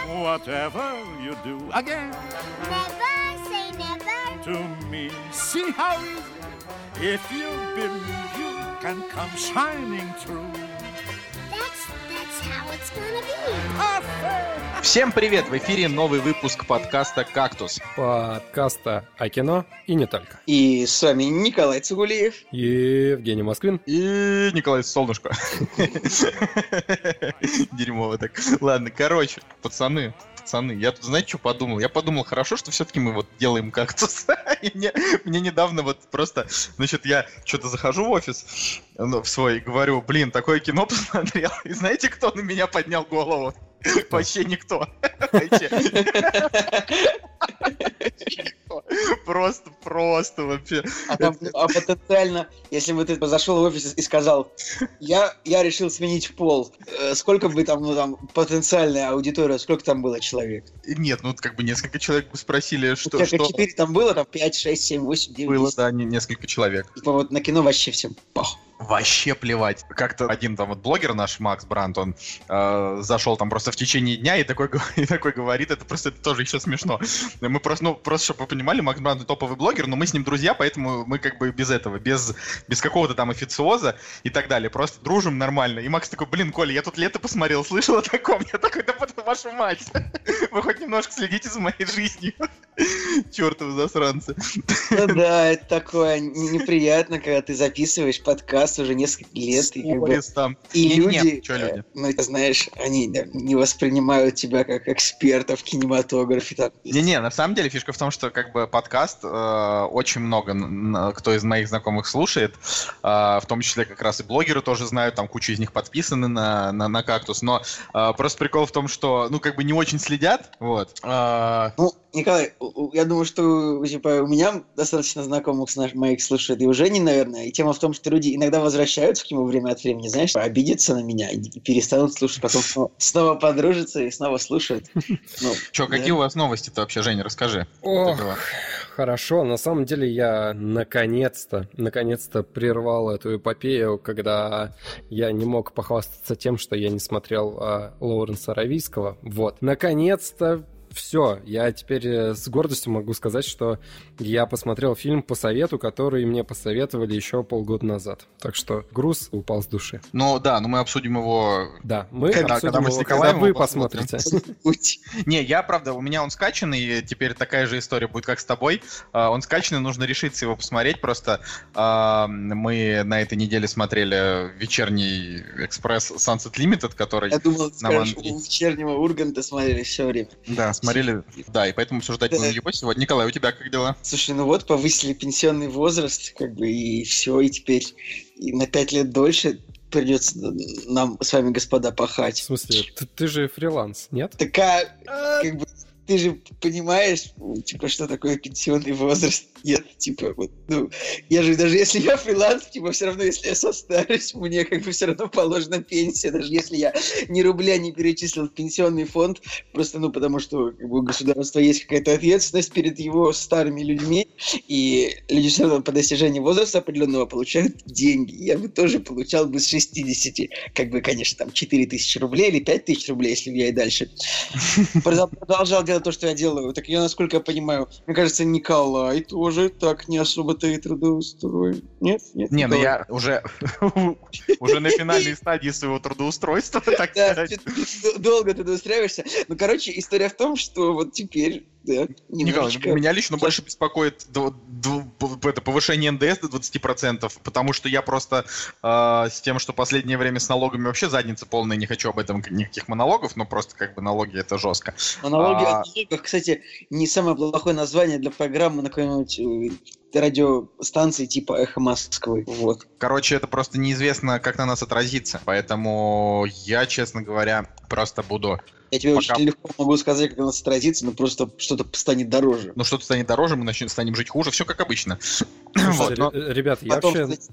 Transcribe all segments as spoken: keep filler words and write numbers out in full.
Whatever you do again. Never say never. To me, see how easy. If you believe you can come shining through. That's, that's how it's gonna be. Всем привет! В эфире новый выпуск подкаста «Кактус». Подкаста о кино и не только. И с вами Николай Цугулиев. Евгений Москвин. И Николай Солнышко. Дерьмово так. Ладно, короче, пацаны, пацаны, я тут, знаете, что подумал? Я подумал, хорошо, что все-таки мы вот делаем «Кактус». И мне, мне недавно вот просто, значит, я что-то захожу в офис, ну, в свой, говорю, блин, такое кино посмотрел. И знаете, кто на меня поднял голову? Вообще никто. Просто, просто вообще. А, там, а потенциально, если бы ты зашел в офис и сказал, я, я решил сменить пол, сколько бы там, ну там, потенциальная аудитория, сколько там было человек? Нет, ну как бы несколько человек бы спросили, что... У тебя четыре там было, там пять, шесть, семь, восемь, девять, было, десять. да, несколько человек. Типа вот на кино вообще всем пох. Вообще плевать. Как-то один там вот блогер наш, Макс Брандт, он э, зашел там просто в течение дня и такой, и такой говорит, это просто это тоже еще смешно. Мы просто, ну, просто, чтобы вы понимали, Макс Брандт топовый блогер, но мы с ним друзья, поэтому мы как бы без этого, без, без какого-то там официоза и так далее, просто дружим нормально. И Макс такой, блин, Коля, я тут «Лето» посмотрел, слышал о таком? Я такой, да под вашу мать. Вы хоть немножко следите за моей жизнью. Чертовы засранцы. Ну да, это такое неприятно, когда ты записываешь подкаст уже несколько лет. И, как бы, там. и не, люди, не, что люди, ну ты знаешь, они да, не воспринимают тебя как эксперта в кинематографе. Так. Не-не, на самом деле фишка в том, что как бы подкаст э, очень много кто из моих знакомых слушает, э, в том числе как раз и блогеры тоже знают, там куча из них подписаны на, на, на «Кактус», но э, просто прикол в том, что ну как бы не очень следят, вот. Э, ну, Николай, я думаю, что типа, у меня достаточно знакомых с наших, моих слушает, и у Жени, наверное. И тема в том, что люди иногда возвращаются к нему время от времени, знаешь, обидятся на меня и перестанут слушать, потом снова, снова подружатся и снова слушают. Ну, Че, да. Какие у вас новости-то вообще, Женя, расскажи. Ох, хорошо, на самом деле я наконец-то, наконец-то прервал эту эпопею, когда я не мог похвастаться тем, что я не смотрел а, Лоуренса Аравийского. Вот, наконец-то. Все, я теперь с гордостью могу сказать, что я посмотрел фильм по совету, который мне посоветовали еще полгода назад. Так что груз упал с души. Ну да, но мы обсудим его... Да, мы когда, обсудим когда мы его, с Николаем когда вы его посмотрите. Не, я, правда, у меня он скачанный, и теперь такая же история будет, как с тобой. Он скачанный, нужно решиться его посмотреть. Просто мы на этой неделе смотрели вечерний экспресс Sunset Limited, который... Я думал, ты скажешь, у вечернего Урганта смотрели все время. Да, смотрели, да, и поэтому обсуждать да. будем его сегодня. Николай, у тебя как дела? Слушай, ну вот, повысили пенсионный возраст, как бы, и все, и теперь и на пять лет дольше придется нам с вами, господа, пахать. В смысле, ты, ты же фриланс, нет? Такая, как бы, ты же понимаешь, типа, что такое пенсионный возраст? Нет, типа, вот, ну, я же, даже если я фриланс, типа, все равно, если я состарюсь, мне, как бы, все равно положена пенсия, даже если я ни рубля не перечислил в пенсионный фонд, просто, ну, потому что, как бы, у государства есть какая-то ответственность перед его старыми людьми, и люди все равно по достижении возраста определенного получают деньги. Я бы тоже получал бы с шестидесяти, как бы, конечно, там, четыре тысячи рублей или пять тысяч рублей, если бы я и дальше продолжал делать то, что я делаю. Так я, насколько я понимаю, мне кажется, Николай тоже так не особо-то и трудоустроен. Нет? Нет? Не, ну Николай? я уже уже на финальной стадии своего трудоустройства, так Да, сказать. долго ты устраиваешься. Ну, короче, история в том, что вот теперь, да, Николай, немножечко... меня лично больше беспокоит д- д- это повышение эн дэ эс до двадцать процентов, потому что я просто э, с тем, что последнее время с налогами вообще задница полная, не хочу об этом никаких монологов, но просто как бы налоги это жестко. Монологи А... о налогах, кстати, не самое плохое название для программы на какой-нибудь радиостанции типа «Эхо Москвы». Вот. Короче, это просто неизвестно, как на нас отразится, поэтому я, честно говоря, просто буду... Я тебе Пока... очень легко могу сказать, как у нас отразится, но просто что-то станет дороже. Ну, что-то станет дороже, мы начнем, станем жить хуже, все как обычно. Слушайте, вот, но... Ребят, я Потом, вообще кстати,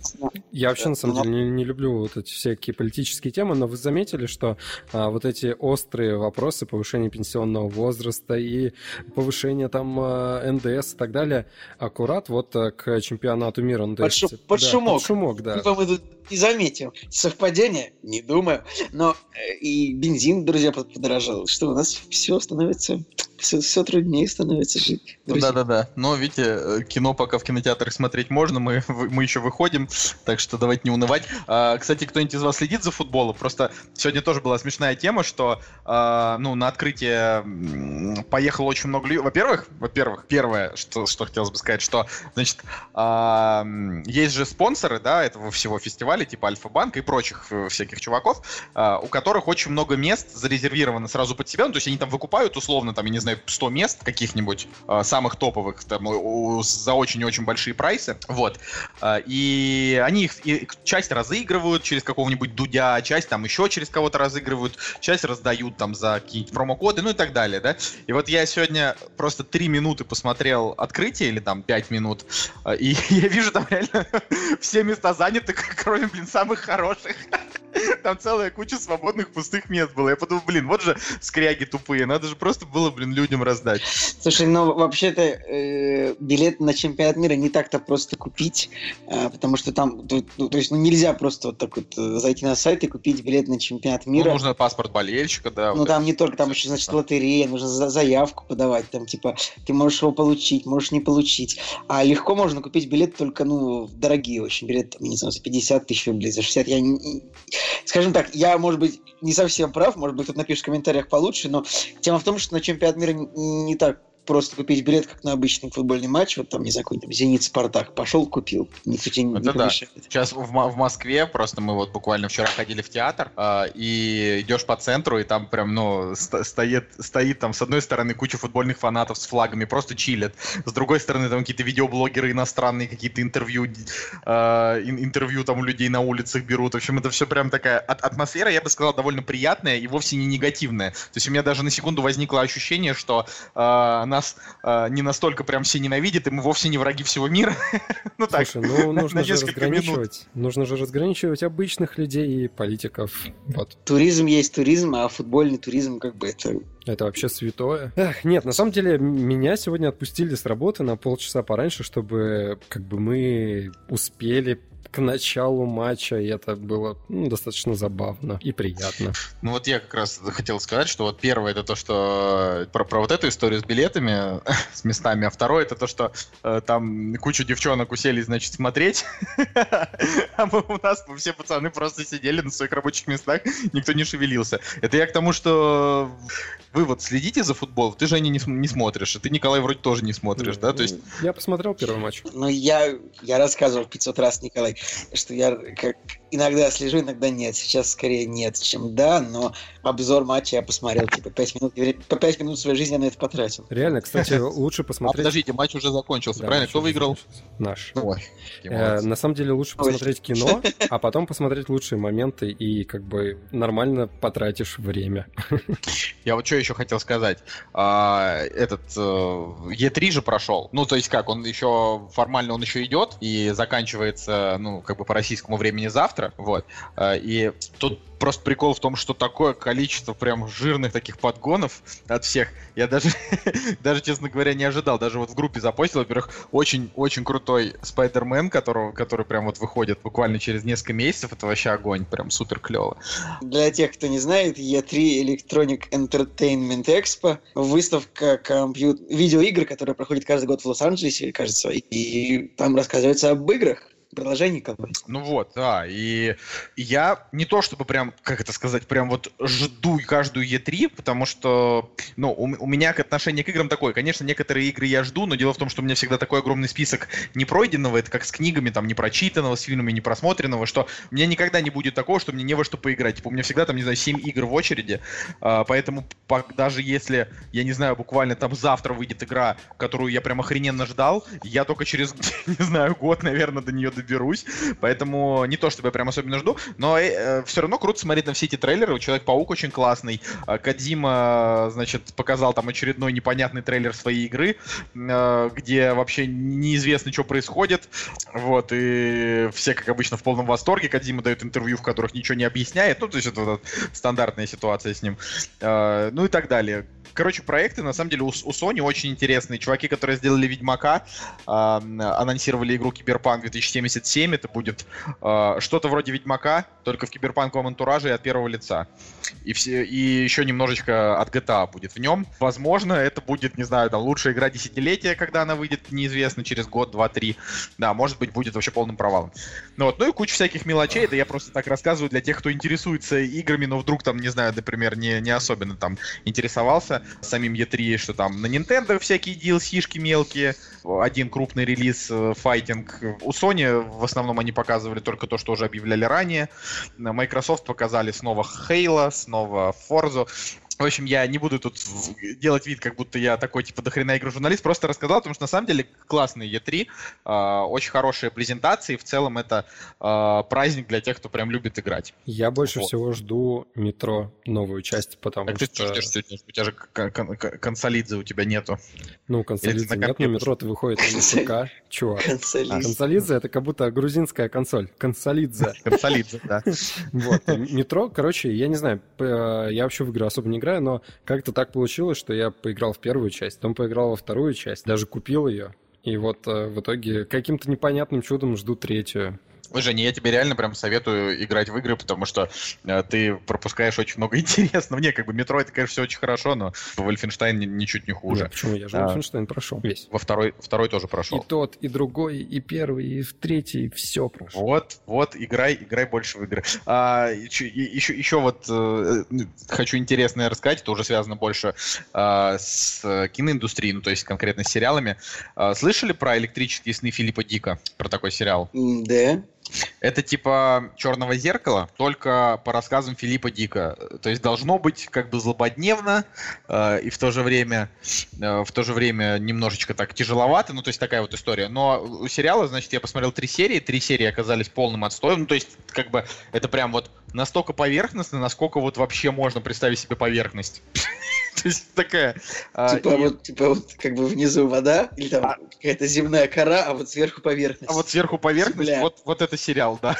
Я вообще, на самом деле, не, не люблю вот эти всякие политические темы, но вы заметили, что а, вот эти острые вопросы повышения пенсионного возраста и повышения там а, эн дэ эс и так далее аккурат вот а, к чемпионату мира. Ну, под, шу- есть, под да, шумок. Под шумок, да. Типа мы тут не заметим. Совпадение? Не думаю. Но э, и бензин, друзья, подорожал. Что у нас все становится... Все, все труднее становится жить. Друзья. Да-да-да. Но, видите, кино пока в кинотеатрах смотреть можно, мы, мы еще выходим, так что давайте не унывать. А, кстати, кто-нибудь из вас следит за футболом? Просто сегодня тоже была смешная тема, что а, ну, на открытие поехало очень много людей. Во-первых, во-первых, первое, что, что хотелось бы сказать, что, значит, а, есть же спонсоры, да, этого всего фестиваля, типа Альфа-банк и прочих всяких чуваков, а, у которых очень много мест зарезервировано сразу под себя, ну, то есть они там выкупают условно, там, я не знаю, сто мест каких-нибудь э, самых топовых там, у, за очень-очень большие прайсы, вот, э, и они их и часть разыгрывают через какого-нибудь Дудя, часть там еще через кого-то разыгрывают, часть раздают там за какие-нибудь промокоды, ну и так далее, да, и вот я сегодня просто три минуты посмотрел открытие, или там пять минут, э, и я вижу там реально все места заняты, кроме, блин, самых хороших. Там целая куча свободных пустых мест было. Я подумал, блин, вот же скряги тупые. Надо же просто было, блин, людям раздать. Слушай, ну вообще-то э, билет на чемпионат мира не так-то просто купить, э, потому что там, то, ну, то есть, ну, нельзя просто вот так вот зайти на сайт и купить билет на чемпионат мира. Ну, нужно паспорт болельщика, да. Ну, вот там это. не только, там еще, значит, лотерея, нужно за- заявку подавать, там, типа, ты можешь его получить, можешь не получить. А легко можно купить билет только, ну, дорогие очень билеты, там, не знаю, за пятьдесят тысяч рублей, за шестьдесят. Я не... Скажем так, я, может быть, не совсем прав, может быть, тут напишешь в комментариях получше, но тема в том, что на чемпионат мира не, не так просто купить билет, как на обычный футбольный матч, вот там, не знаю, какой-то «Зенит-Спартак», пошел, купил, никто тебе не, Это не да. помешает. Сейчас в, М- в Москве, просто мы вот буквально вчера ходили в театр, э, и идешь по центру, и там прям, ну, ст- стоит, стоит там с одной стороны куча футбольных фанатов с флагами, просто чилят, с другой стороны там какие-то видеоблогеры иностранные, какие-то интервью, э, интервью там у людей на улицах берут, в общем, это все прям такая от- атмосфера, я бы сказал, довольно приятная и вовсе не негативная. То есть у меня даже на секунду возникло ощущение, что э, нас э, не настолько прям все ненавидят, и мы вовсе не враги всего мира. Ну так, Слушай, ну на- нужно на же несколько минут. разграничивать. Нужно же разграничивать обычных людей и политиков. Вот. Туризм есть туризм, а футбольный туризм, как бы, это... Это вообще святое. Эх, нет, на самом деле, меня сегодня отпустили с работы на полчаса пораньше, чтобы как бы мы успели к началу матча, и это было ну, достаточно забавно и приятно. Ну вот я как раз хотел сказать, что вот первое это то, что про, про вот эту историю с билетами, с местами, а второе это то, что э, там кучу девчонок уселись, значит, смотреть, а мы, у нас мы все пацаны просто сидели на своих рабочих местах, никто не шевелился. Это я к тому, что вы вот следите за футболом, ты же они не, см- не смотришь, и ты, Николай, вроде тоже не смотришь, да? То есть... Я посмотрел первый матч. Ну, я, я рассказывал пятьсот раз, Николай, что я как иногда слежу, иногда нет. Сейчас скорее нет, чем да, но обзор матча я посмотрел, типа, пять минут, по пять минут своей жизни я на это потратил. Реально, кстати, лучше А посмотреть... подождите, матч уже закончился, Да, правильно? матч Кто уже выиграл? закончился. Наш. Ой, какие Э, молодцы. на самом деле лучше Ой. посмотреть кино, а потом посмотреть лучшие моменты и как бы нормально потратишь время. Я вот что еще хотел сказать. А, этот э, и три же прошел. Ну, то есть как, он еще формально он еще идет и заканчивается, ну, как бы по российскому времени завтра. Вот. А, и тут просто прикол в том, что такое количество прям жирных таких подгонов от всех. Я даже, даже, честно говоря, не ожидал. Даже вот в группе запостил, во-первых, очень-очень крутой Спайдермен, которого, который прям вот выходит буквально через несколько месяцев. Это вообще огонь, прям супер клево. Для тех, кто не знает, и три Electronic Entertainment Expo, выставка компью... видеоигр, которая проходит каждый год в Лос-Анджелесе, кажется, и там рассказывается об играх. Продолжение, Николай. Ну вот, да, и я не то чтобы прям, как это сказать, прям вот жду каждую и три, потому что, ну, у, у меня к отношению к играм такое, конечно, некоторые игры я жду, но дело в том, что у меня всегда такой огромный список непройденного, это как с книгами, там, непрочитанного, с фильмами непросмотренного, что у меня никогда не будет такого, что мне не во что поиграть, типа, у меня всегда там, не знаю, семь игр в очереди, а, поэтому даже если, я не знаю, буквально там завтра выйдет игра, которую я прям охрененно ждал, я только через, не знаю, год, наверное, до нее доберусь. Поэтому не то, чтобы я прям особенно жду, но э, все равно круто смотреть на все эти трейлеры. Человек-паук очень классный. Кодзима, значит, показал там очередной непонятный трейлер своей игры, э, где вообще неизвестно, что происходит. Вот, и все, как обычно, в полном восторге. Кодзима дает интервью, в которых ничего не объясняет. Ну, то есть это вот стандартная ситуация с ним. Э, ну и так далее. Короче, проекты, на самом деле, у, у Sony очень интересные. Чуваки, которые сделали Ведьмака, э, анонсировали игру Киберпанк две тысячи семьдесят семь. Это будет э, что-то вроде Ведьмака, только в киберпанковом антураже и от первого лица. И, все, и еще немножечко от джи ти эй будет в нем. Возможно, это будет, не знаю, там, лучшая игра десятилетия, когда она выйдет, неизвестно, через год, два, три. Да, может быть, будет вообще полным провалом. Ну, вот. Ну и куча всяких мелочей. Это я просто так рассказываю для тех, кто интересуется играми, но вдруг там, не знаю, например, не, не особенно там интересовался самим и три, что там на Nintendo всякие ди эл си-шки мелкие, один крупный релиз, файтинг. У Sony в основном они показывали только то, что уже объявляли ранее. Microsoft показали снова Halo, снова Forza. В общем, я не буду тут делать вид, как будто я такой, типа, дохрена игру журналист, просто рассказал, потому что, на самом деле, классные и три, э, очень хорошие презентации, в целом это э, праздник для тех, кто прям любит играть. Я больше вот. всего жду Метро, новую часть, потому так что... ты ждешь сегодня? У тебя же консолидзе у тебя нету. Ну, консолидзе нет, но Метро-то выходит на ПК. Чего? Консолидзе — это как будто грузинская консоль. Консолидзе. Консолидзе, да. Вот. Метро, короче, я не знаю, я вообще в игры особо не играю, но как-то так получилось, что я поиграл в первую часть, потом поиграл во вторую часть, даже купил ее, и вот э, в итоге каким-то непонятным чудом жду третью. Ой, Женя, я тебе реально прям советую играть в игры, потому что э, ты пропускаешь очень много интересного. Мне как бы Метро, это, конечно, все очень хорошо, но Wolfenstein ничуть не хуже. Нет, почему? Я же Wolfenstein а, прошел весь. Во второй, второй тоже прошел. И тот, и другой, и первый, и в третий, все прошел. Вот, вот, играй, играй больше в игры. А, еще, еще, еще вот э, хочу интересное рассказать, это уже связано больше э, с киноиндустрией, ну, то есть конкретно с сериалами. Э, слышали про «Электрические сны» Филиппа Дика? Про такой сериал? Да. Это типа «Черного зеркала», только по рассказам Филиппа Дика. То есть должно быть как бы злободневно э, и в то же время э, в то же время немножечко так тяжеловато. Ну, то есть такая вот история. Но у сериала, значит, я посмотрел три серии. Три серии оказались полным отстоем. Ну, то есть как бы это прям вот настолько поверхностно, насколько вот вообще можно представить себе поверхность. То есть такая... Типа, и... вот, типа вот как бы внизу вода, или там а... какая-то земная кора, а вот сверху поверхность. А вот сверху поверхность, вот, вот это сериал, да.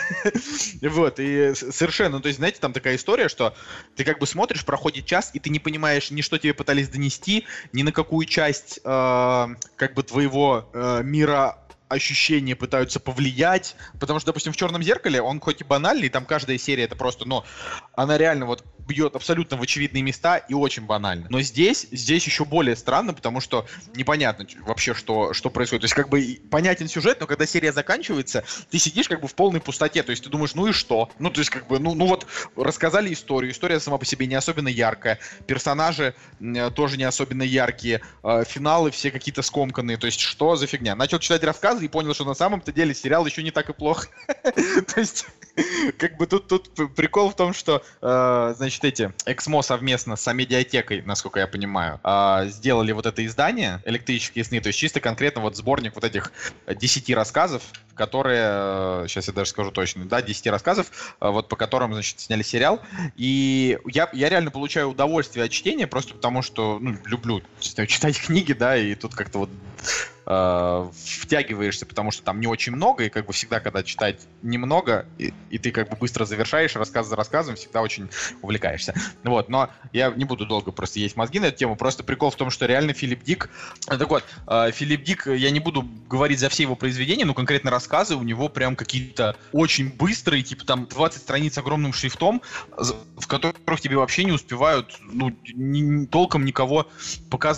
Вот, и совершенно, то есть, знаете, там такая история, что ты как бы смотришь, проходит час, и ты не понимаешь, ни что тебе пытались донести, ни на какую часть э, как бы твоего э, мира ощущения пытаются повлиять, потому что, допустим, в «Черном зеркале» он хоть и банальный, там каждая серия это просто, но она реально вот бьет абсолютно в очевидные места и очень банально. Но здесь, здесь еще более странно, потому что непонятно вообще, что, что происходит. То есть как бы понятен сюжет, но когда серия заканчивается, ты сидишь как бы в полной пустоте, то есть ты думаешь, ну и что? Ну, то есть как бы, ну, ну вот рассказали историю, история сама по себе не особенно яркая, персонажи э, тоже не особенно яркие, э, финалы все какие-то скомканные, то есть что за фигня? Начал читать рассказы и понял, что на самом-то деле сериал еще не так и плохо. То есть как бы тут, тут прикол в том, что, э, значит, эти Эксмо совместно с Амедиатекой, насколько я понимаю, э, сделали вот это издание «Электрические сны», то есть чисто конкретно вот сборник вот этих десяти рассказов, которые, э, сейчас я даже скажу точно, да, десяти рассказов, э, вот по которым, значит, сняли сериал, и я, я реально получаю удовольствие от чтения, просто потому что, ну, люблю читать книги, да, и тут как-то вот э, втягиваешься, потому что там не очень много, и как бы всегда, когда читать немного, и, и ты как бы быстро завершаешь рассказ за рассказом, всегда очень увлекаешься. Вот, но я не буду долго просто есть мозги на эту тему, просто прикол в том, что реально Филипп Дик... Так вот, э, Филипп Дик, я не буду говорить за все его произведения, но конкретно рассказы у него прям какие-то очень быстрые, типа там двадцать страниц огромным шрифтом, в которых тебе вообще не успевают, ну, ни, толком никого показать.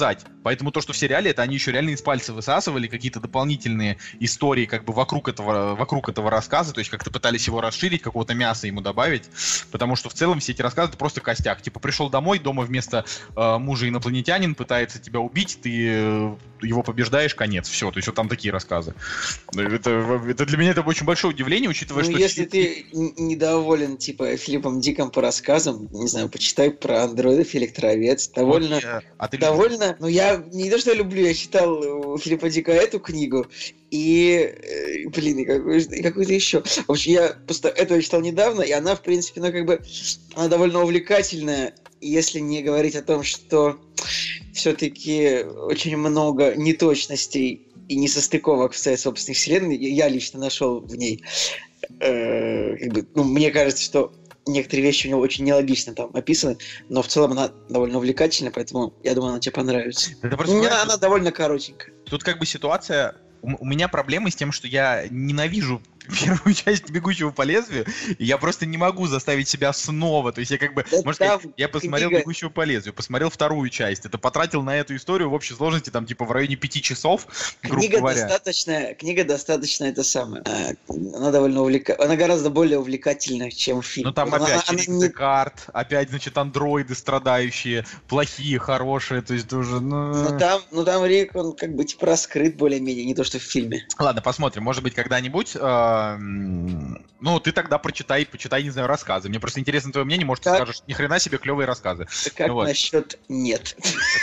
Поэтому то, что в сериале, это они еще реально из пальца высасывали какие-то дополнительные истории как бы вокруг этого, вокруг этого рассказа, то есть как-то пытались его расширить, какого-то мяса ему добавить, потому что в целом все эти рассказы это просто костяк. Типа пришел домой, дома вместо э, мужа инопланетянин пытается тебя убить, ты э, его побеждаешь, конец, все. То есть вот там такие рассказы. Это, это для меня это очень большое удивление, учитывая, ну, что... если ты недоволен, типа, Филиппом Диком по рассказам, не знаю, почитай про андроидов, электровец. Довольно... Вот, а ты довольно... Любишь? Ну, я не то, что я люблю, я читал у Филиппа Дика эту книгу, и, блин, и какую-то, и какую-то еще. В общем, я просто эту я читал недавно, и она, в принципе, ну, как бы, она довольно увлекательная, если не говорить о том, что все-таки очень много неточностей и несостыковок в своей собственной вселенной, я лично нашел в ней. Э, как бы, ну, мне кажется, что некоторые вещи у него очень нелогично там описаны, но в целом она довольно увлекательная, поэтому я думаю, она тебе понравится. Мне она довольно коротенькая. Тут как бы ситуация... У меня проблемы с тем, что я ненавижу первую часть «Бегущего по лезвию», и я просто не могу заставить себя снова. То есть я как бы, да, может сказать, я посмотрел книга... «Бегущего по лезвию», посмотрел вторую часть. Это потратил на эту историю в общей сложности там типа в районе пяти часов, грубо книга говоря. Достаточно, книга достаточно это самое. Она довольно увлекательная. Она гораздо более увлекательная, чем фильм. Ну там она, опять она, через она не... карт, опять, значит, андроиды страдающие, плохие, хорошие, то есть уже... Ну, ну там, ну, там Рик, он как бы типа раскрыт более-менее, не то, что в фильме. Ладно, посмотрим, может быть, когда-нибудь... Э- Ну, ты тогда прочитай, почитай, не знаю, рассказы. Мне просто интересно твое мнение, может, как... ты скажешь, ни хрена себе клевые рассказы. Как ну, вот. насчет нет?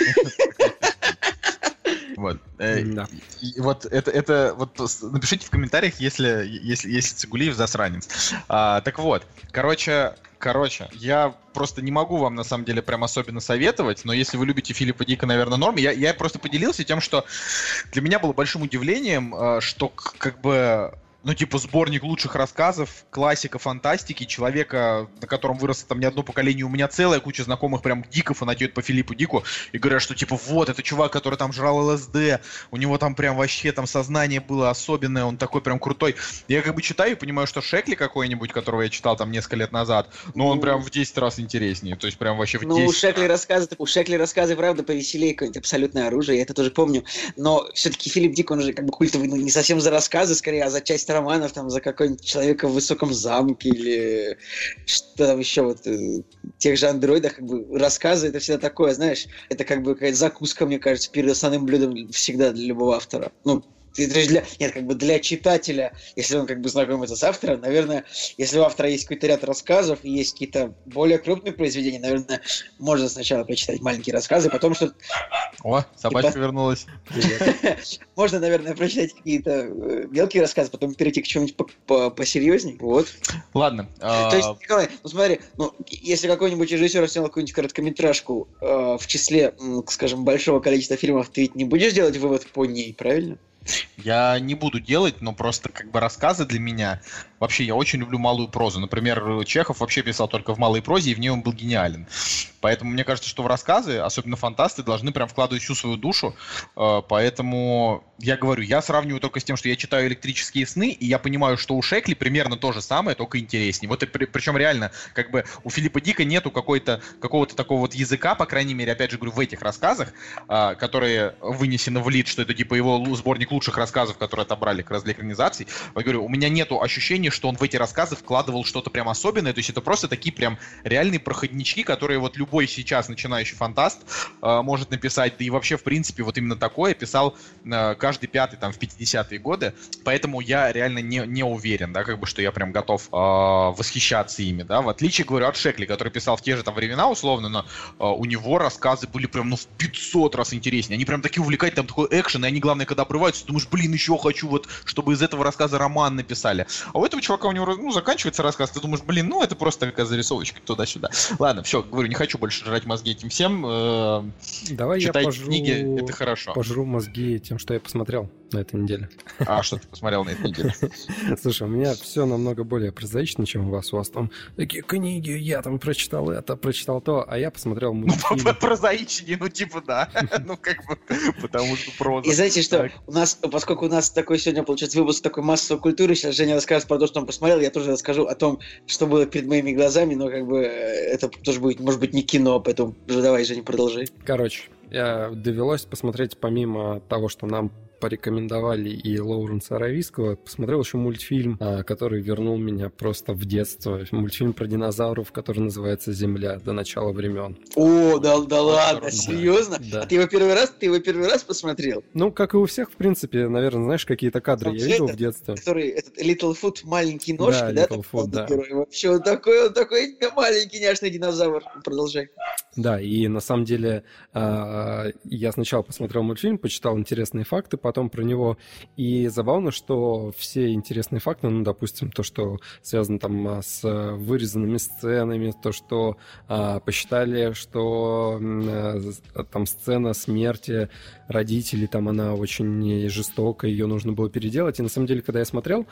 Вот. Да. И вот это, это вот напишите в комментариях, если, если, если Цигулиев засранец. А, так вот, короче, короче, я просто не могу вам на самом деле прям особенно советовать, но если вы любите Филиппа Дика, наверное, норм. Я, я просто поделился тем, что для меня было большим удивлением, что как бы... Ну, типа, сборник лучших рассказов, классика фантастики, человека, на котором выросло там не одно поколение. У меня целая куча знакомых прям дико фанатеют по Филиппу Дику и говорят, что, типа, вот, это чувак, который там жрал ЛСД, у него там прям вообще там сознание было особенное, он такой прям крутой. Я как бы читаю и понимаю, что Шекли какой-нибудь, которого я читал там несколько лет назад, но он прям в десять раз интереснее, то есть прям вообще в десять. Ну, у Шекли рассказы, у Шекли рассказы, правда, повеселее, какое-нибудь абсолютное оружие, я это тоже помню, но все-таки Филипп Дик, он же как бы культовый, ну, не совсем за рассказы, скорее, а за часть романов, там, за какой-нибудь человека в высоком замке или что там еще, вот, тех же андроидах, как бы, рассказы, это всегда такое, знаешь, это как бы какая-то закуска, мне кажется, перед основным блюдом всегда для любого автора. Ну, для, нет, как бы для читателя, если он как бы знакомится с автором, наверное, если у автора есть какой-то ряд рассказов и есть какие-то более крупные произведения, наверное, можно сначала прочитать маленькие рассказы, потом что-то... О, собачка типа... вернулась. Можно, наверное, прочитать какие-то мелкие рассказы, потом перейти к чему-нибудь посерьезней. Вот. Ладно. То есть, Николай, ну смотри, ну, если какой-нибудь режиссер снял какую-нибудь короткометражку в числе, скажем, большого количества фильмов, ты ведь не будешь делать вывод по ней, правильно? Я не буду делать, но просто как бы рассказы для меня... Вообще, я очень люблю малую прозу. Например, Чехов вообще писал только в малой прозе, и в ней он был гениален. Поэтому мне кажется, что в рассказы, особенно фантасты, должны прям вкладывать всю свою душу. Поэтому я говорю, я сравниваю только с тем, что я читаю «Электрические сны», и я понимаю, что у Шекли примерно то же самое, только интереснее. Вот и при, причем реально, как бы у Филиппа Дика нету какой-то, какого-то такого вот языка, по крайней мере, опять же говорю, в этих рассказах, которые вынесены в лид, что это типа его сборник лучших рассказов, которые отобрали как раз для экранизаций. Я говорю, у меня нету ощущения, что он в эти рассказы вкладывал что-то прям особенное, то есть это просто такие прям реальные проходнички, которые вот любой сейчас начинающий фантаст э, может написать, да и вообще, в принципе, вот именно такое писал э, каждый пятый там в пятидесятые годы, поэтому я реально не, не уверен, да, как бы, что я прям готов э, восхищаться ими, да, в отличие, говорю, от Шекли, который писал в те же там времена, условно, но э, у него рассказы были прям, ну, в пятьсот раз интереснее, они прям такие увлекательные, там такой экшен, и они, главное, когда обрываются, думаешь, блин, еще хочу вот, чтобы из этого рассказа роман написали, а у этого чувака у него, ну, заканчивается рассказ, ты думаешь, блин, ну, это просто такая зарисовочка туда-сюда. Ладно, все, говорю, не хочу больше жрать мозги этим всем. Давай читать я пожру... книги, это хорошо. Пожру мозги тем, что я посмотрел на этой неделе. А, что ты посмотрел на этой неделе? Слушай, у меня все намного более прозаично, чем у вас. У вас там такие книги, я там прочитал это, прочитал то, а я посмотрел мультфильм. Ну, прозаичнее, ну, типа, да. Ну, как бы, потому что проза. И знаете что, у нас, поскольку у нас такой сегодня, получается, выпуск такой массовой культуры, сейчас Женя расскажет про то, что он посмотрел, я тоже расскажу о том, что было перед моими глазами, но как бы это тоже будет, может быть, не кино, поэтому давай, Женя, продолжи. Короче, э, довелось посмотреть, помимо того, что нам порекомендовали и Лоуренса Аравийского, посмотрел еще мультфильм, который вернул меня просто в детство. Мультфильм про динозавров, который называется «Земля до начала времен». О, да, да ладно, Да, серьезно? да. А ты его первый раз, ты его первый раз посмотрел? Ну, как и у всех, в принципе, наверное, знаешь, какие-то кадры Он я же видел это, в детстве. Который, этот Littlefoot, маленький ножки, Да, да? Littlefoot, да. Герой. Вообще, он такой, он такой маленький няшный динозавр. Продолжай. Да, и на самом деле я сначала посмотрел мультфильм, почитал интересные факты потом про него, и забавно, что все интересные факты, ну, допустим, то, что связано там с вырезанными сценами, то, что посчитали, что там сцена смерти родителей, там она очень жестокая, ее нужно было переделать, и на самом деле, когда я смотрел,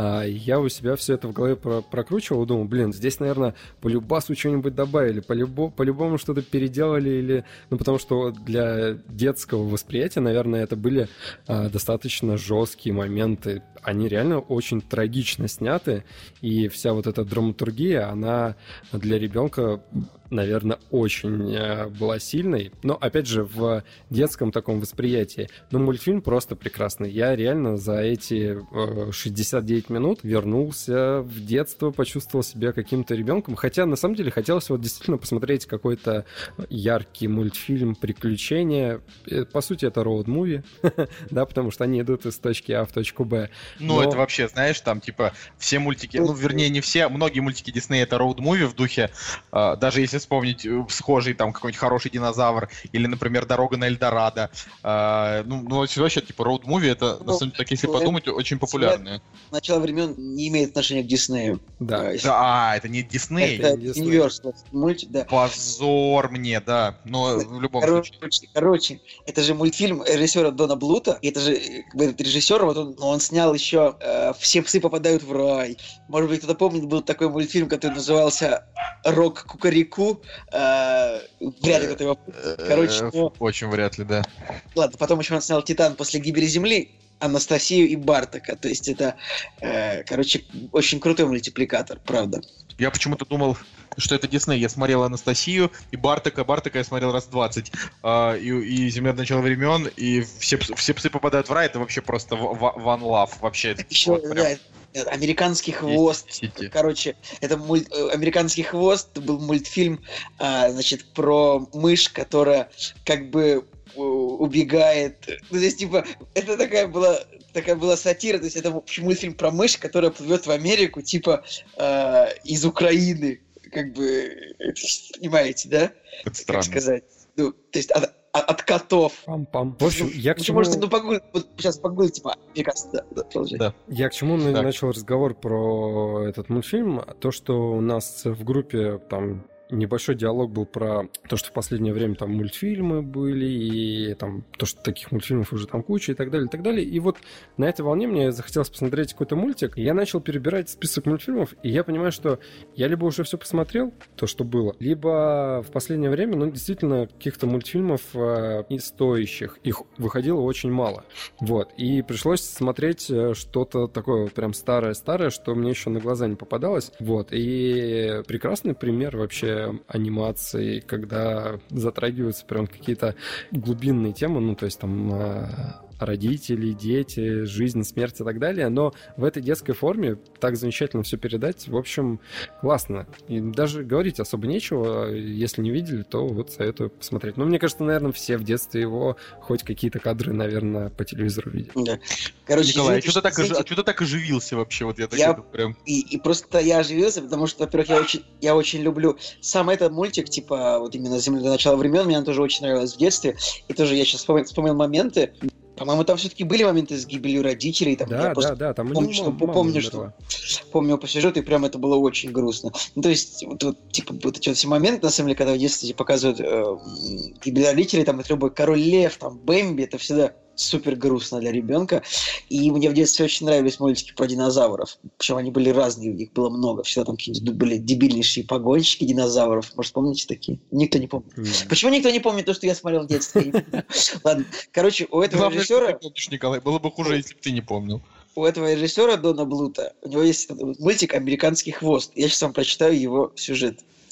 я у себя все это в голове прокручивал и думал, блин, здесь, наверное, по любасу что-нибудь добавили, по-любому, по-любому что-то переделали, или... ну, потому что для детского восприятия, наверное, это были а, достаточно жесткие моменты. Они реально очень трагично сняты, и вся вот эта драматургия, она для ребенка, наверное, очень э, была сильной. Но, опять же, в детском таком восприятии. Но мультфильм просто прекрасный. Я реально за эти э, шестьдесят девять минут вернулся в детство, почувствовал себя каким-то ребенком. Хотя, на самом деле, хотелось вот действительно посмотреть какой-то яркий мультфильм, приключения. По сути, это роуд-муви, да, потому что они идут из точки А в точку Б. Ну, Но... это вообще, знаешь, там, типа, все мультики, ну, вернее, не все, многие мультики Диснея это роуд-муви в духе, э, даже если вспомнить схожий там какой-нибудь хороший динозавр, или, например, «Дорога на Эльдорадо». Э, ну, ну, вообще, типа, роуд-муви, это, ну, на самом деле, так, если подумать, очень популярные. Начало времен не имеет отношения к Диснею. Да. А, да, а, это не Дисней. Это Universal мультик, да. Позор мне, да. Но в любом короче, случае. Короче, это же мультфильм режиссера Дона Блута. И это же как бы, этот режиссер, вот он, он снял еще э, «Все псы попадают в рай». Может быть, кто-то помнит, был такой мультфильм, который назывался «Рок Кукареку». Э, вряд ли кто-то его... Короче, ну... Очень вряд ли, да. Ладно, потом еще он снял «Титан после гибели Земли», Анастасию и Бартака. То есть это, э, короче, очень крутой мультипликатор, правда. Я почему-то думал, что это Дисней. Я смотрел Анастасию и Бартака. Бартака я смотрел раз двадцать. А, и, и «Земля до начала времен», и все, все псы попадают в рай. Это вообще просто one love. Вообще. Еще, вот прям... да, «Американский хвост». Сети. Короче, это мульт... «Американский хвост» был мультфильм, а, значит, про мышь, которая как бы убегает. Ну, здесь, типа, это такая была, такая была сатира, то есть это, в общем, мультфильм про мышь, которая плывет в Америку, типа, э, из Украины. Как бы, понимаете, да? Это странно. Как сказать? Ну, то есть от, от, от котов. Пам-пам. В общем, я к чему... Можете, ну, погуглить, вот сейчас погуглить, типа, американский, да, да, продолжай. Да. Я к чему так. начал разговор про этот мультфильм? То, что у нас в группе там небольшой диалог был про то, что в последнее время там мультфильмы были, и там то, что таких мультфильмов уже там куча, и так далее, и так далее. И вот на этой волне мне захотелось посмотреть какой-то мультик, и я начал перебирать список мультфильмов, и я понимаю, что я либо уже все посмотрел, то, что было, либо в последнее время, ну, действительно, каких-то мультфильмов э, и стоящих, их выходило очень мало. Вот. И пришлось смотреть что-то такое вот прям старое-старое, что мне еще на глаза не попадалось. Вот. И прекрасный пример вообще анимации, когда затрагиваются прям какие-то глубинные темы, ну, то есть там родители, дети, жизнь, смерть и так далее, но в этой детской форме так замечательно все передать, в общем, классно. И даже говорить особо нечего, если не видели, то вот советую посмотреть. Ну, мне кажется, наверное, все в детстве его хоть какие-то кадры, наверное, по телевизору видели. Да. Короче, Николай, извините, а что так, извините, ож... а так оживился вообще? Вот я так я... это прям... и, и просто я оживился, потому что, во-первых, я очень, я очень люблю сам этот мультик, типа, вот именно «Земля до начала времен», мне он тоже очень нравилось в детстве, и тоже я сейчас вспомнил, вспомнил моменты. По-моему, там все-таки были моменты с гибелью родителей. Там, да, я да, да, там помню, что, помню, что, помню по сюжету, и прям это было очень грустно. Ну, то есть, вот, вот, типа, вот эти вот все моменты, на самом деле, когда в детстве показывают э, гибель родителей, там, это любой Король Лев, там, Бэмби, это всегда супер грустно для ребенка. И мне в детстве очень нравились мультики про динозавров. Причем они были разные, их было много. Всегда там какие-нибудь были дебильнейшие погонщики динозавров. Может, помните такие? Никто не помнит. Mm. Почему никто не помнит то, что я смотрел в детстве? Ладно. Короче, у этого режиссера... Николай, было бы хуже, если бы ты не помнил. У этого режиссера Дона Блута, у него есть мультик «Американский хвост». Я сейчас вам прочитаю его сюжет.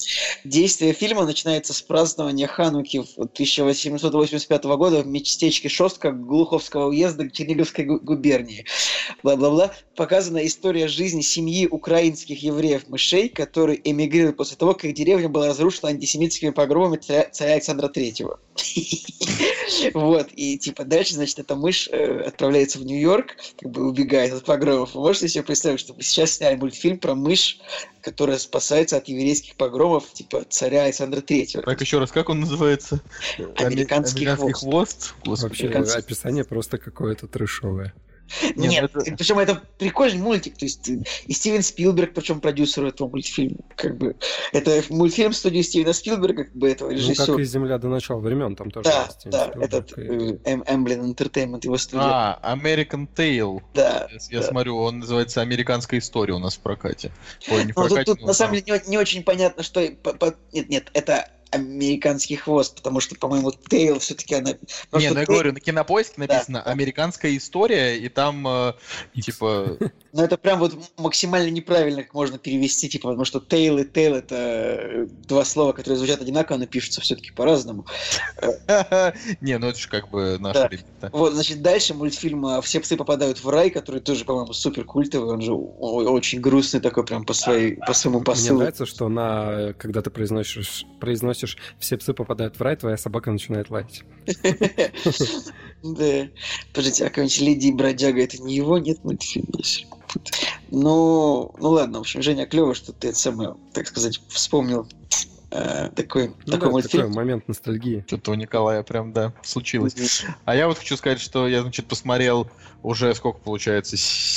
Действие фильма начинается с празднования Хануки тысяча восемьсот восемьдесят пятого года в местечке Шостка Глуховского уезда Черниговской губернии. Бла-бла-бла. Показана история жизни семьи украинских евреев-мышей, которые эмигрировали после того, как деревня была разрушена антисемитскими погромами царя, царя Александра Третьего. Вот, и типа дальше, значит, эта мышь отправляется в Нью-Йорк, как бы убегает от погромов. Вы можете себе представить, что мы сейчас сняли мультфильм про мышь, которая спасается от еврейских погромов, типа царя Александра Третьего. Так, еще раз, как он называется? Американский, Американский хвост. хвост? Вообще, описание просто какое-то трэшовое. Нет, Нет это... причем это прикольный мультик, то есть и Стивен Спилберг, причем продюсер этого мультфильма, как бы это мультфильм студии Стивена Спилберга, как бы этого режиссера. Ну как и «Земля до начала времен», там тоже. Да, Стивен да, Спилберг этот и... Эмблин Entertainment, его студия. А, American Tale. Да. Я, я да. смотрю, он называется «Американская история» у нас в прокате. Ой, не в ну, прокате, тут, тут но на самом там... деле не, не очень понятно, что... По, по... Нет, нет, это «Американский хвост», потому что, по-моему, Тейл все-таки она... Не, ну я Тейл... говорю, на Кинопоиске написано да. «Американская история», и там, э, типа... Ну, это прям вот максимально неправильно как можно перевести, типа, потому что Тейл и Тейл — это два слова, которые звучат одинаково, но пишутся все-таки по-разному. Не, ну это же как бы наши ребята. Вот, значит, дальше мультфильм «Все псы попадают в рай», который тоже, по-моему, супер культовый, он же очень грустный такой прям по своей, по своему посылу. Мне нравится, что на, когда ты произносишь, произносишь «Все псы попадают в рай», твоя собака начинает лаять. Да. Подождите, а какая-нибудь «Леди и бродяга» — это не его? Нет мультфильма? Ну, ну ладно, в общем, Женя, клево, что ты это самое, так сказать, вспомнил э, такой, ну, такой да, мультфильм. Такой момент ностальгии. Что-то у Николая прям, да, случилось. Mm-hmm. А я вот хочу сказать, что я, значит, посмотрел уже, сколько получается,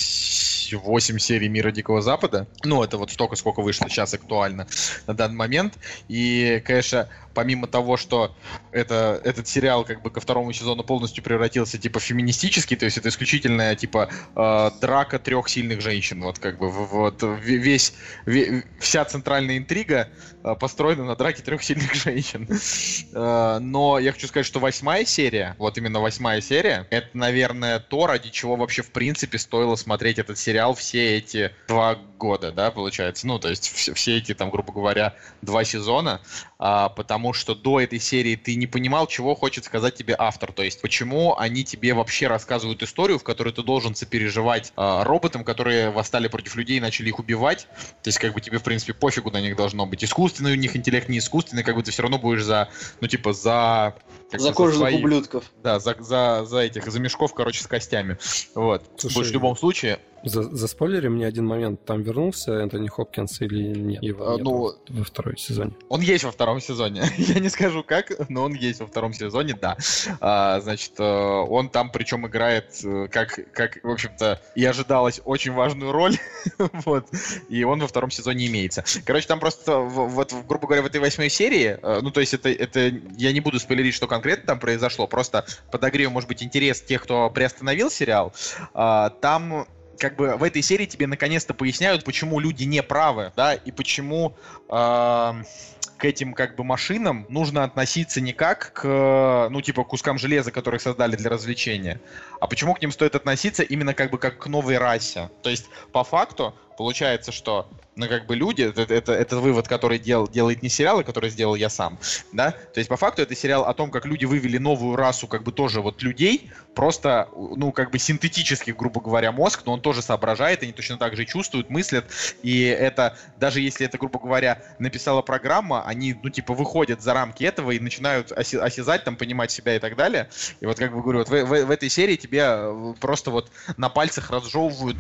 восемь серий «Мира Дикого Запада». Ну, это вот столько, сколько вышло сейчас актуально на данный момент. И, конечно, помимо того, что это, этот сериал как бы ко второму сезону полностью превратился типа в феминистический, то есть это исключительная типа э, драка трех сильных женщин. Вот как бы вот весь, весь вся центральная интрига э, построена на драке трех сильных женщин. Э, но я хочу сказать, что восьмая серия, вот именно восьмая серия, это, наверное, то, ради чего вообще в принципе стоило смотреть этот сериал все эти два года, да, получается. Ну, то есть все, все эти, там, грубо говоря, два сезона, а, потому что до этой серии ты не понимал, чего хочет сказать тебе автор. То есть почему они тебе вообще рассказывают историю, в которой ты должен сопереживать а, роботам, которые восстали против людей и начали их убивать. То есть как бы тебе, в принципе, пофигу на них должно быть. Искусственный у них интеллект, не искусственный, как бы ты все равно будешь за, ну, типа, за... За кожаных ублюдков. Да, за, за, за этих, за мешков, короче, с костями. Вот. Слушай, будешь в любом случае... За, заспойлери мне один момент. Там вернулся Энтони Хопкинс или нет? Его а, ну, во второй сезоне. Он есть во втором сезоне. Я не скажу как, но он есть во втором сезоне, да. А, значит, он там причем играет, как, как, в общем-то, и ожидалось, очень важную роль. Вот. И он во втором сезоне имеется. Короче, там просто, вот, грубо говоря, в этой восьмой серии, ну, то есть это, это я не буду спойлерить, что конкретно там произошло, просто подогрею, может быть, интерес тех, кто приостановил сериал. А, там... как бы в этой серии тебе наконец-то поясняют, почему люди не правы, да, и почему э, к этим как бы машинам нужно относиться не как к, ну, типа, кускам железа, которых создали для развлечения, а почему к ним стоит относиться именно как бы как к новой расе. То есть, по факту, получается, что ну, как бы люди, это, это, это вывод, который дел, делает не сериал, а который сделал я сам, да, то есть по факту это сериал о том, как люди вывели новую расу, как бы тоже вот людей, просто, ну, как бы синтетический, грубо говоря, мозг, но он тоже соображает, они точно так же чувствуют, мыслят, и это, даже если это, грубо говоря, написала программа, они, ну, типа, выходят за рамки этого и начинают оси- осязать, там, понимать себя и так далее, и вот, как бы говорю, вот в, в, в этой серии тебе просто вот на пальцах разжевывают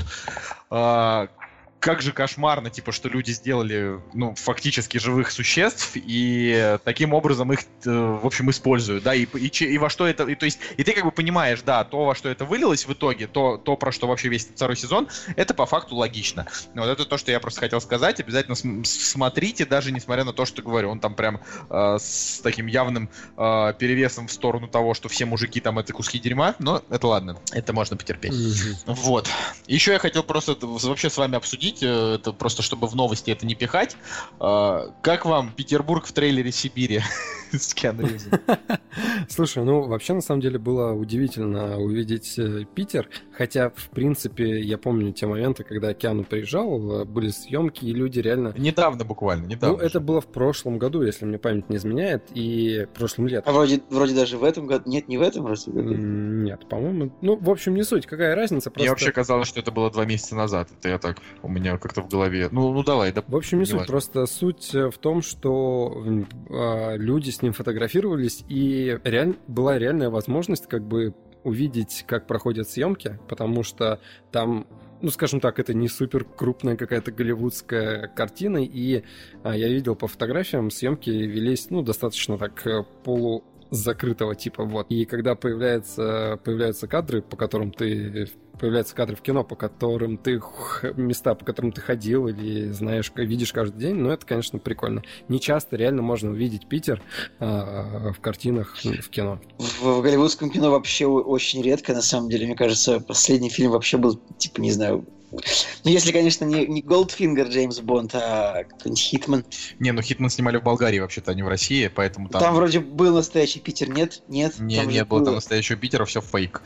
э- как же кошмарно, типа, что люди сделали, ну, фактически живых существ и таким образом их, в общем, используют, да, и, и, и во что это, и, то есть, и ты как бы понимаешь, да, то, во что это вылилось в итоге, то, то про что вообще весь второй сезон, это по факту логично. Вот это то, что я просто хотел сказать, обязательно см- смотрите, даже несмотря на то, что говорю, он там прям э, с таким явным э, перевесом в сторону того, что все мужики там это куски дерьма, но это ладно, это можно потерпеть. Mm-hmm. Вот. Еще я хотел просто вообще с вами обсудить, это просто чтобы в новости это не пихать. Как вам Петербург в трейлере Сибири? с Киану Ривзом. Слушай, ну вообще на самом деле было удивительно увидеть Питер, хотя в принципе я помню те моменты, когда Киану приезжал, были съемки и люди реально... Недавно буквально, недавно. Ну это было в прошлом году, если мне память не изменяет, и прошлым летом. А вроде, вроде даже в этом году... Нет, не в этом раз. Нет, по-моему... Ну, в общем, не суть, какая разница, просто... Мне вообще казалось, что это было два месяца назад, это я так, у меня как-то в голове... Ну, ну давай, да. В общем, не, не суть, важно. Просто суть в том, что э, люди с ним фотографировались, и реаль... была реальная возможность как бы увидеть, как проходят съемки, потому что там, ну, скажем так, это не супер крупная какая-то голливудская картина, и а, я видел по фотографиям, съемки велись, ну, достаточно так полу закрытого типа, вот. И когда появляется, появляются кадры, по которым ты... Появляются кадры в кино, по которым ты... Места, по которым ты ходил или знаешь, видишь каждый день, ну, это, конечно, прикольно. Не часто реально можно увидеть Питер а, в картинах в кино. В, в голливудском кино вообще очень редко, на самом деле. Мне кажется, последний фильм вообще был, типа, не знаю... Ну, если, конечно, не, не Голдфингер Джеймс Бонд, а какой-нибудь Хитман. Не, ну Хитман снимали в Болгарии вообще-то, а не в России, поэтому там... Там вроде был настоящий Питер, нет? Нет, не, там не было там настоящего Питера, все фейк.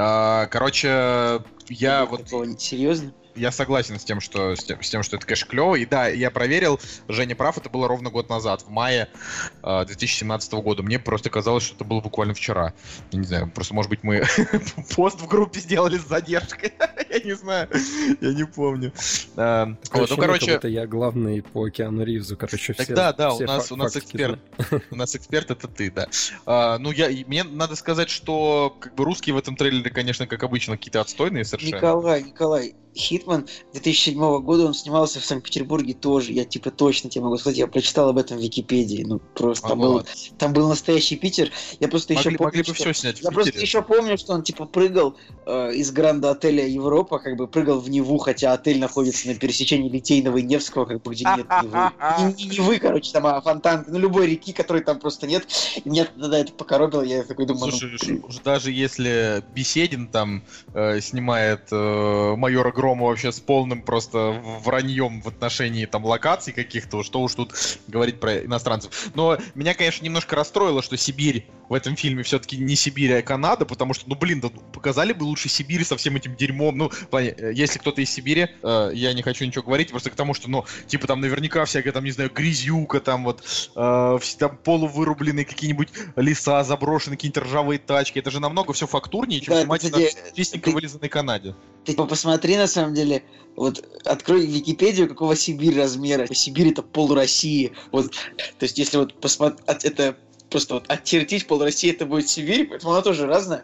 А, короче, я вот... Такого... Серьезно? Я согласен с тем, что, с тем, с тем, что это, конечно, клево. И да, я проверил, Женя прав, это было ровно год назад, в мае э, две тысячи семнадцатого года. Мне просто казалось, что это было буквально вчера. Я не знаю, просто, может быть, мы пост в группе сделали с задержкой. Я не знаю, я не помню. А, вот, ну, короче... Это я главный по Киану Ривзу, короче, все. Да, да, у нас, у нас эксперт. У нас эксперт это ты, да. А, ну, я, мне надо сказать, что как бы русские в этом трейлере, конечно, как обычно, какие-то отстойные совершенно. Николай, Николай, Хитман две тысячи седьмого года, он снимался в Санкт-Петербурге тоже. Я типа точно тебе могу сказать, я прочитал об этом в Википедии. Ну, просто а там, был, там был настоящий Питер. Я просто могли, еще помню, могли бы что... все снять в Я Питере. просто еще помню, что он типа прыгал э, из Гранда отеля Европа, как бы прыгал в Неву, хотя отель находится на пересечении Литейного и Невского, как бы где нет Невы. Не, не Невы, короче, там, а фонтан, ну, любой реки, которой там просто нет. И меня тогда это покоробило, я такой думаю... Слушай, ну... уже даже если Беседин там э, снимает э, майора Грома вообще с полным просто враньем в отношении там локаций каких-то, что уж тут говорить про иностранцев. Но меня, конечно, немножко расстроило, что Сибирь в этом фильме все-таки не Сибирь, а Канада, потому что, ну, блин, да, показали бы лучше Сибирь со всем этим дерьмом. Ну, в плане, если кто-то из Сибири, э, я не хочу ничего говорить, просто к тому, что, ну, типа там наверняка всякая, там, не знаю, грязюка, там вот, э, там полувырубленные какие-нибудь леса, заброшенные какие-нибудь ржавые тачки. Это же намного все фактурнее, чем да, снимать на чистенько вылизанной Канаде. Ты посмотри, на самом деле, вот открой Википедию, какого Сибирь размера. Сибирь — это пол России. Вот, то есть, если вот посмотреть, это просто вот очертить пол России, это будет Сибирь, поэтому она тоже разная.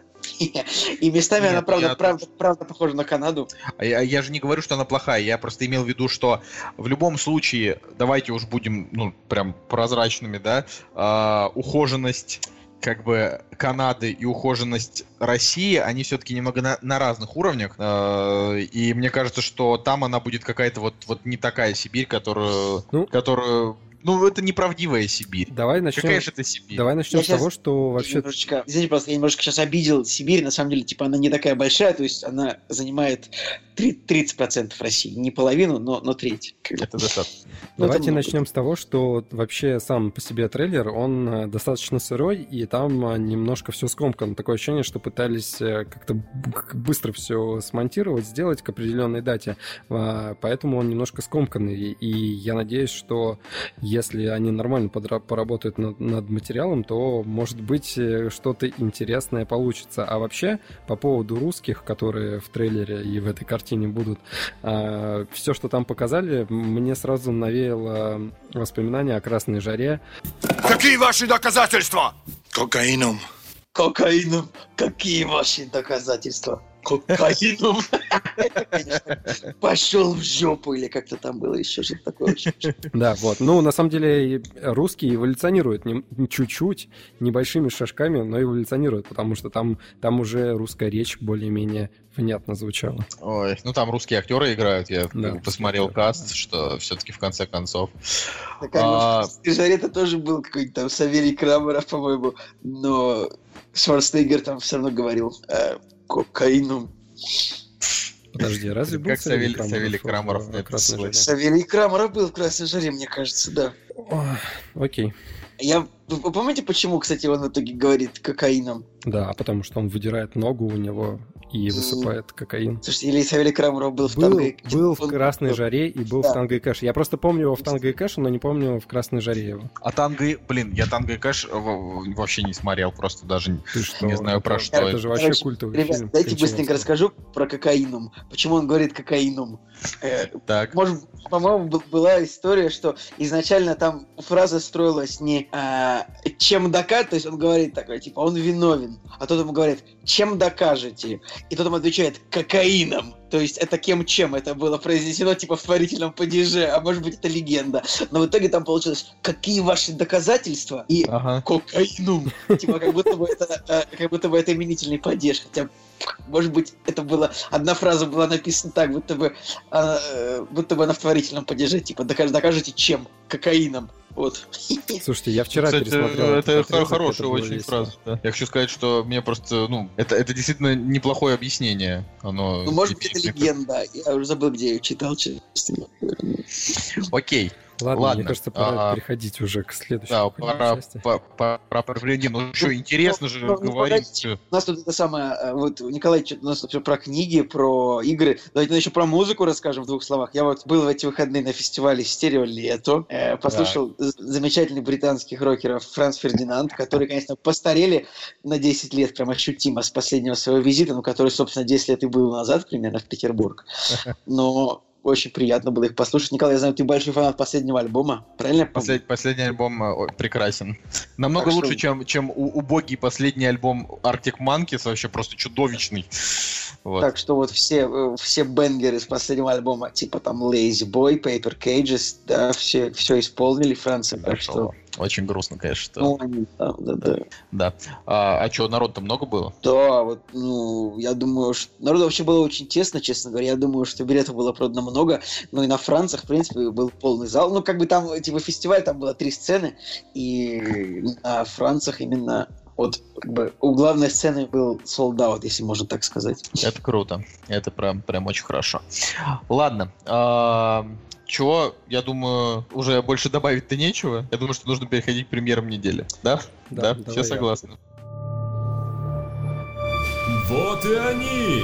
И местами Нет, она, правда, я... правда, правда похожа на Канаду. А я, я же не говорю, что она плохая. Я просто имел в виду, что в любом случае, давайте уж будем, ну, прям прозрачными, да, э, ухоженность как бы Канады и ухоженность России, они все-таки немного на, на разных уровнях. Э, и мне кажется, что там она будет какая-то вот, вот не такая Сибирь, которую... Ну... которую Ну, это неправдивая Сибирь. Давай начнем, Какая же это Сибирь? Давай начнем я с того, что вообще... Немножечко, извините, просто я немножко сейчас обидел Сибирь. На самом деле, типа, она не такая большая, то есть она занимает тридцать процентов России. Не половину, но, но треть. Это достаточно. Ну, Давайте это начнем с того, что вообще сам по себе трейлер, он достаточно сырой, и там немножко все скомкано. Такое ощущение, что пытались как-то быстро все смонтировать, сделать к определенной дате. Поэтому он немножко скомканный. И я надеюсь, что если они нормально подра- поработают над, над материалом, то, может быть, что-то интересное получится. А вообще, по поводу русских, которые в трейлере и в этой картине будут, а, все, что там показали, мне сразу навеяло воспоминания о «Красной жаре». Какие ваши доказательства? Кокаином. Кокаином. Какие ваши доказательства? Кокаином. Пошел в жопу, или как-то там было еще что-то такое. Да, вот. Ну, на самом деле, русские эволюционируют чуть-чуть, небольшими шажками, но эволюционируют, потому что там, там уже русская речь более-менее внятно звучала. Ой, ну там русские актеры играют, я да, посмотрел каст, что все-таки в конце концов. Так, а... в жаре-то тоже был какой-то там Савелий Крамеров, по-моему, но Шварценеггер там все равно говорил э, кокаином. Подожди, разве был как Савелий Крамеров, Савелий Крамеров в «Красной жаре»? Савелий Крамеров был в «Красной жаре», мне кажется, да. О, окей. Я Вы помните, почему, кстати, он в итоге говорит кокаином? Да, потому что он выдирает ногу у него и высыпает кокаин. Слушайте, Илья Савелий Крамеров был в Был, «Танго и Кэш». был в Он- «Красной жаре» и был Да. в «Танго и Кэш». Я просто помню его в «Танго и Кэш», но не помню в «Красной жаре» его. А Танго и... Блин, я Танго и Кэш в- вообще не смотрел, просто даже Ты что? не знаю про Это- что Это это. же вообще Короче, культовый Ребят, фильм. дайте Кончаловского. быстренько расскажу про кокаином. Почему он говорит кокаином? Э, Так. Может, по-моему, был- была история, что изначально там фраза строилась не а, «чем докажет», то есть он говорит такой, типа, он виновен, а тот ему говорит «чем докажете?» И тот ему отвечает «кокаином». То есть это кем-чем, это было произнесено типа в творительном падеже, а может быть это легенда. Но в итоге там получилось «какие ваши доказательства?» и Ага. «кокаином». Типа как будто бы это, э, как будто бы это именительный падеж, хотя может быть, это было... Одна фраза была написана так, будто бы, э, будто бы она в творительном падеже. Типа, «Докаж- докажете чем? Кокаином». Вот. Слушайте, я вчера Кстати, пересмотрел. это этот хо- отрезок, хорошая это было очень весело. фраза. Да. Я хочу сказать, что мне просто, ну, это, это действительно неплохое объяснение. Оно Ну, может быть, это перекликается. легенда. Я уже забыл, где я ее читал, честно. Окей. Ладно, Ладно. мне кажется, пора А, переходить уже к следующей Да, пора, части. по- по- пора проверить. Ну, что, интересно же ну, ну, говорить. погодите. У нас тут это самое, э, вот Николай что-то у нас тут всё про книги, про игры. Давайте еще про музыку расскажем в двух словах. Я вот был в эти выходные на фестивале «Стерео Лето», э, послушал з- замечательных британских рокеров Франц Фердинанд, которые, конечно, постарели на десять лет прям ощутимо с последнего своего визита, ну, который, собственно, десять лет и был назад примерно в Петербург. Но очень приятно было их послушать. Николай, я знаю, ты большой фанат последнего альбома, правильно я помню? Послед- последний альбом э, о, прекрасен. Намного Так что- лучше, чем, чем у- убогий последний альбом Arctic Monkeys, вообще просто чудовищный. Вот. Так что вот все, э, все бенгеры с последнего альбома, типа там Lazy Boy, Paper Cages, да, все, все исполнили Франция, так Хорошо. что, Очень грустно, конечно, что... ну, они там, да, да. Да. А, а что, народ-то много было? Да, вот, ну, я думаю, что народу вообще было очень тесно, честно говоря. Я думаю, что билетов было продано много. Ну и на Францах, в принципе, был полный зал. Ну, как бы там, типа, фестиваль, там было три сцены. И на Францах именно вот, как бы, у главной сцены был sold out, если можно так сказать. Это круто. Это прям, прям очень хорошо. Ладно. А, чего, я думаю, уже больше добавить-то нечего. Я думаю, что нужно переходить к премьерам недели. Да? Да, Все давай я. согласны. Вот и они!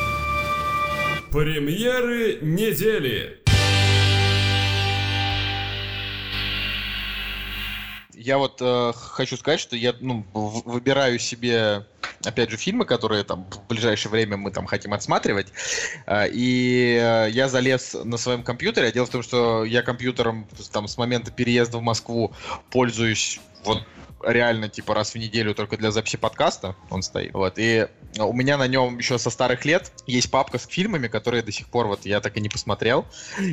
Премьеры недели! Я вот э, хочу сказать, что я ну, в- выбираю себе, опять же, фильмы, которые там в ближайшее время мы там хотим отсматривать. Э, и э, я залез на своем компьютере. А дело в том, что я компьютером там с момента переезда в Москву пользуюсь вот реально типа раз в неделю только для записи подкаста он стоит. Вот. И у меня на нем еще со старых лет есть папка с фильмами, которые до сих пор вот я так и не посмотрел.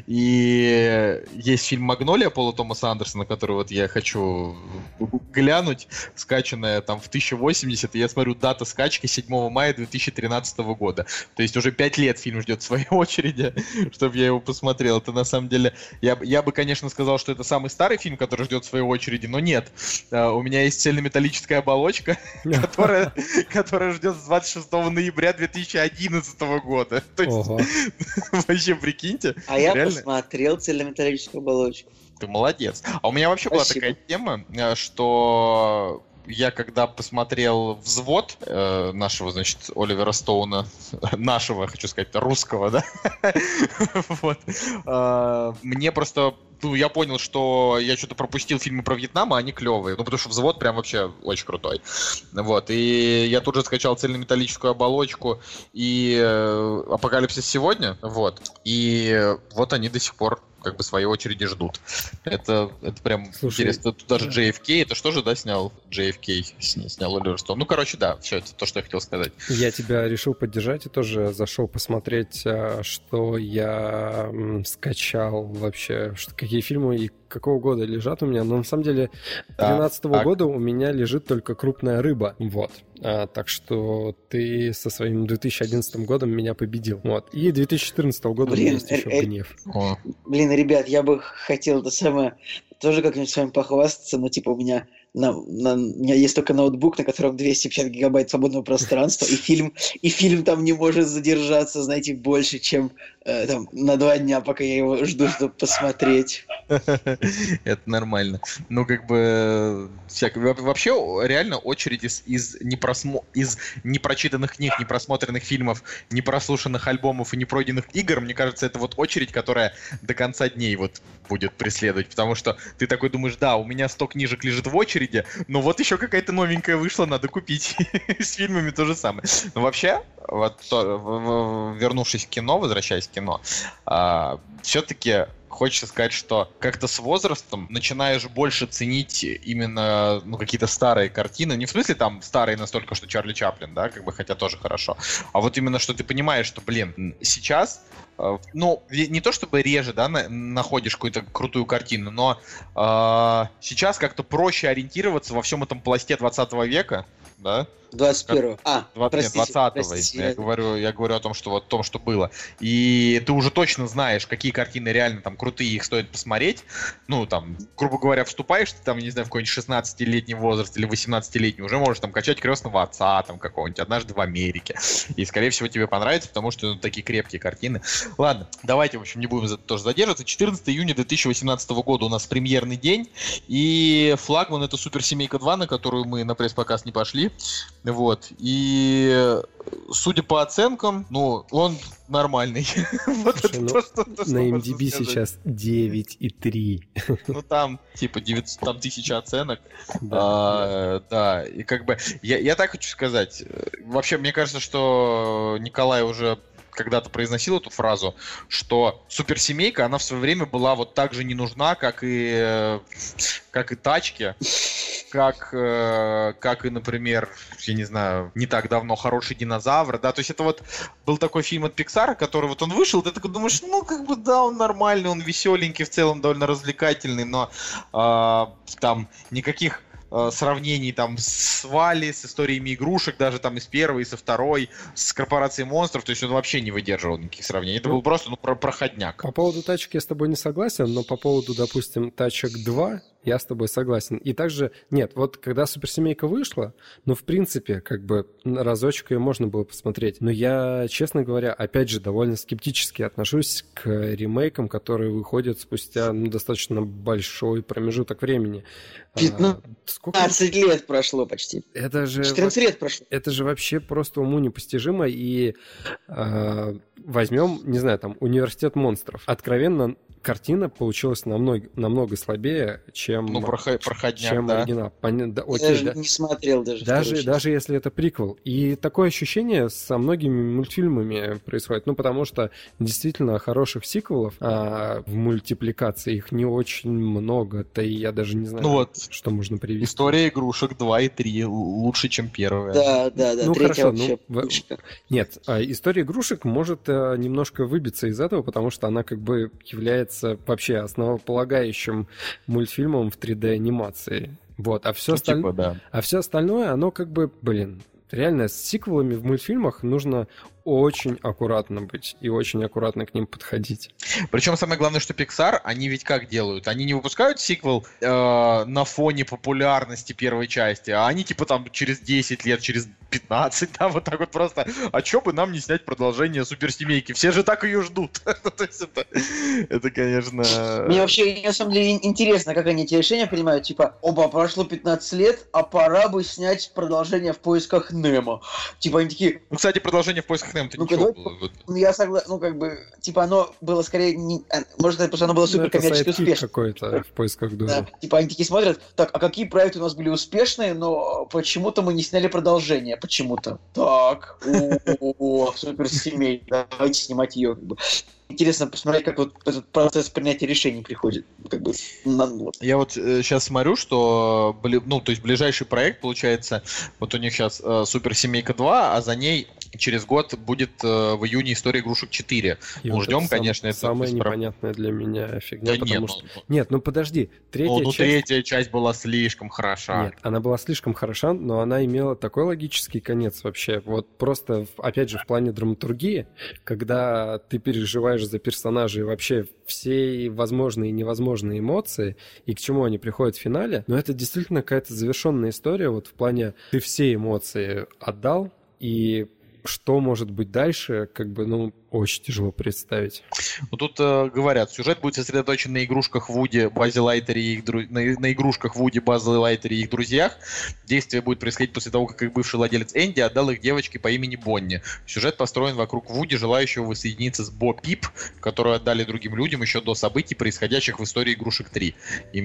И есть фильм «Магнолия» Пола Томаса Андерсона, который вот я хочу глянуть, скачанная там в тысяча восемьдесят, и я смотрю, дата скачки седьмого мая две тысячи тринадцатого года. То есть уже пять лет фильм ждет своей очереди, чтобы я его посмотрел. Это на самом деле... Я, б- я бы, конечно, сказал, что это самый старый фильм, который ждет своей очереди, но нет. А, у меня есть цельнометаллическая оболочка, которая, которая ждет с двадцать шестого ноября две тысячи одиннадцатого года. То есть, Ого. вообще, прикиньте. А я реально. посмотрел цельнометаллическую оболочку. Ты молодец. А у меня вообще была Спасибо. такая тема, э, что я когда посмотрел «Взвод» э, нашего, значит, Оливера Стоуна, нашего, хочу сказать, русского, да, вот, э, мне просто, ну, я понял, что я что-то пропустил фильмы про Вьетнам, а они клевые, ну, потому что «Взвод» прям вообще очень крутой, вот, и я тут же скачал цельнометаллическую оболочку и э, «Апокалипсис сегодня», вот, и вот они до сих пор как бы своей очереди ждут. Это, это прям Слушай, интересно. Тут даже джей эф кей, это что же, да, снял джей эф кей, сня- снял Оливер Стоун. Ну, короче, да, все, это то, что я хотел сказать. Я тебя решил поддержать и тоже зашел посмотреть, а, что я м, скачал вообще, что, какие фильмы и какого года лежат у меня. Но на самом деле Так, тринадцатого так. года у меня лежит только «Крупная рыба». Вот. А, так что ты со своим две тысячи одиннадцатым годом меня победил. Вот. И две тысячи четырнадцатого года у меня Блин, есть еще э- э- «Гнев». О, Блин, ребят, я бы хотел это самое тоже как-нибудь с вами похвастаться, но типа у меня на, на, у меня есть только ноутбук, на котором двести пятьдесят гигабайт свободного пространства, и фильм, и фильм там не может задержаться, знаете, больше, чем э, там, на два дня, пока я его жду, чтобы посмотреть. Это нормально. Ну, как бы... Всяк... Вообще, реально, очередь из, из, непросмо... из непрочитанных книг, непросмотренных фильмов, непрослушанных альбомов и непройденных игр, мне кажется, это вот очередь, которая до конца дней вот будет преследовать, потому что ты такой думаешь, да, у меня сто книжек лежит в очереди, но вот еще какая-то новенькая вышла, надо купить. С фильмами то же самое. Но вообще, вот, то, вернувшись в кино, возвращаясь в кино, а, все-таки хочется сказать, что как-то с возрастом начинаешь больше ценить именно ну, какие-то старые картины. Не в смысле там старые настолько, что Чарли Чаплин, да, как бы, хотя тоже хорошо. А вот именно, что ты понимаешь, что, блин, сейчас, э, ну, не то чтобы реже, да, на, находишь какую-то крутую картину, но э, сейчас как-то проще ориентироваться во всем этом пласте двадцатого века, да? двадцать первого. А, два, простите, нет, двадцатого. простите, я, я... говорю, я говорю о том, что вот том, что было. И ты уже точно знаешь, какие картины реально там крутые, их стоит посмотреть. Ну, там, грубо говоря, вступаешь ты там, не знаю, в какой-нибудь шестнадцатилетний возраст или восемнадцатилетний, уже можешь там качать «Крестного отца» там какого-нибудь, «Однажды в Америке». И, скорее всего, тебе понравится, потому что ну, такие крепкие картины. Ладно, давайте, в общем, не будем за это тоже задерживаться. четырнадцатого июня две тысячи восемнадцатого года у нас премьерный день. И флагман — это «Суперсемейка два», на которую мы на пресс-показ не пошли. Вот. И судя по оценкам, ну, он нормальный. Вот Слушай, это ну, то, что, то, что на эм можно ди би сказать. сейчас девять и три. Ну, там, типа, девятьсот, там тысяча оценок. Да, А, да, и как бы, я, я так хочу сказать. Вообще, мне кажется, что Николай уже когда-то произносил эту фразу, что суперсемейка, она в свое время была вот так же не нужна, как и, как и тачки, как, как и, например, я не знаю, не так давно «Хороший динозавр», да, то есть это вот был такой фильм от Pixar, который вот он вышел, ты такой думаешь, ну, как бы, да, он нормальный, он веселенький, в целом довольно развлекательный, но э, там никаких сравнений там с Валли, с историями игрушек, даже там и с первой, и со второй, с корпорацией монстров, то есть он вообще не выдерживал никаких сравнений. Это ну, был просто ну, про проходняк. По поводу тачек я с тобой не согласен, но по поводу, допустим, тачек два я с тобой согласен. И также, нет, вот когда «Суперсемейка» вышла, ну, в принципе, как бы разочек ее можно было посмотреть. Но я, честно говоря, опять же, довольно скептически отношусь к ремейкам, которые выходят спустя ну, достаточно большой промежуток времени. пятнадцать Сколько? лет прошло почти. Это же... четырнадцать лет прошло. Это же вообще просто уму непостижимо. И э, возьмем, не знаю, там, «Университет монстров». Откровенно, картина получилась намного, намного слабее, чем, ну, проход, чем да. оригинал. Пон... Да, окей, даже да. не смотрел даже. Даже, даже если это приквел. И такое ощущение со многими мультфильмами происходит. Ну, потому что действительно хороших сиквелов а в мультипликации их не очень много. Да и я даже не знаю, ну вот, что можно привести. «История игрушек» два и три лучше, чем первая. Да, да, да. Ну, Третья хорошо. вообще Ну, пышка. Нет, «История игрушек» может а, немножко выбиться из этого, потому что она как бы является вообще основополагающим мультфильмом в три дэ-анимации. Вот, а все, ну, осталь... типа, да. а все остальное, оно как бы, блин, реально с сиквелами в мультфильмах нужно очень аккуратно быть и очень аккуратно к ним подходить. Причем самое главное, что Pixar, они ведь как делают? Они не выпускают сиквел э, на фоне популярности первой части, а они типа там через десять лет, через пятнадцать, да, вот так вот просто, а чё бы нам не снять продолжение «Суперсемейки»? Все же так ее ждут. То есть это, это, конечно... Мне вообще, на самом деле, интересно, как они эти решения принимают. Типа, оба, прошло пятнадцать лет, а пора бы снять продолжение «В поисках Немо». Типа, они такие... Ну, кстати, продолжение «В поисках Немо»-то ну, ничего когда... было. Ну, я согласен, ну, как бы, типа, оно было скорее... Не... Можно сказать, потому что оно было супер коммерчески ну, успешно. какой-то «В поисках Дори». Да, типа, они такие смотрят, так, а какие проекты у нас были успешные, но почему-то мы не сняли продолжение, почему-то. Так, о, суперсемейка, давайте снимать ее, как бы. Интересно посмотреть, как вот этот процесс принятия решений приходит. Как бы, на, вот. Я вот э, сейчас смотрю, что ну, то есть ближайший проект, получается, вот у них сейчас э, «Суперсемейка два», а за ней через год будет э, в июне «История игрушек четыре». И ну, вот ждем, это конечно. Сам, это самая беспров... непонятная для меня фигня, да потому нет, что... ну, Нет, ну подожди, третья ну, ну, часть... третья часть была слишком хороша. Нет, она была слишком хороша, но она имела такой логический конец вообще. Вот просто, опять же, в плане драматургии, когда ты переживаешь переживаешь за персонажей, вообще все возможные и невозможные эмоции, и к чему они приходят в финале. Но это действительно какая-то завершенная история, вот в плане ты все эмоции отдал, и что может быть дальше, как бы, ну, очень тяжело представить. Ну, тут э, говорят, сюжет будет сосредоточен на игрушках Вуди, Баззе Лайтере и их дру... на, на игрушках Вуди, Баззе Лайтере и их друзьях. Действие будет происходить после того, как их бывший владелец Энди отдал их девочке по имени Бонни. Сюжет построен вокруг Вуди, желающего воссоединиться с Бо Пип, которую отдали другим людям еще до событий, происходящих в истории игрушек три.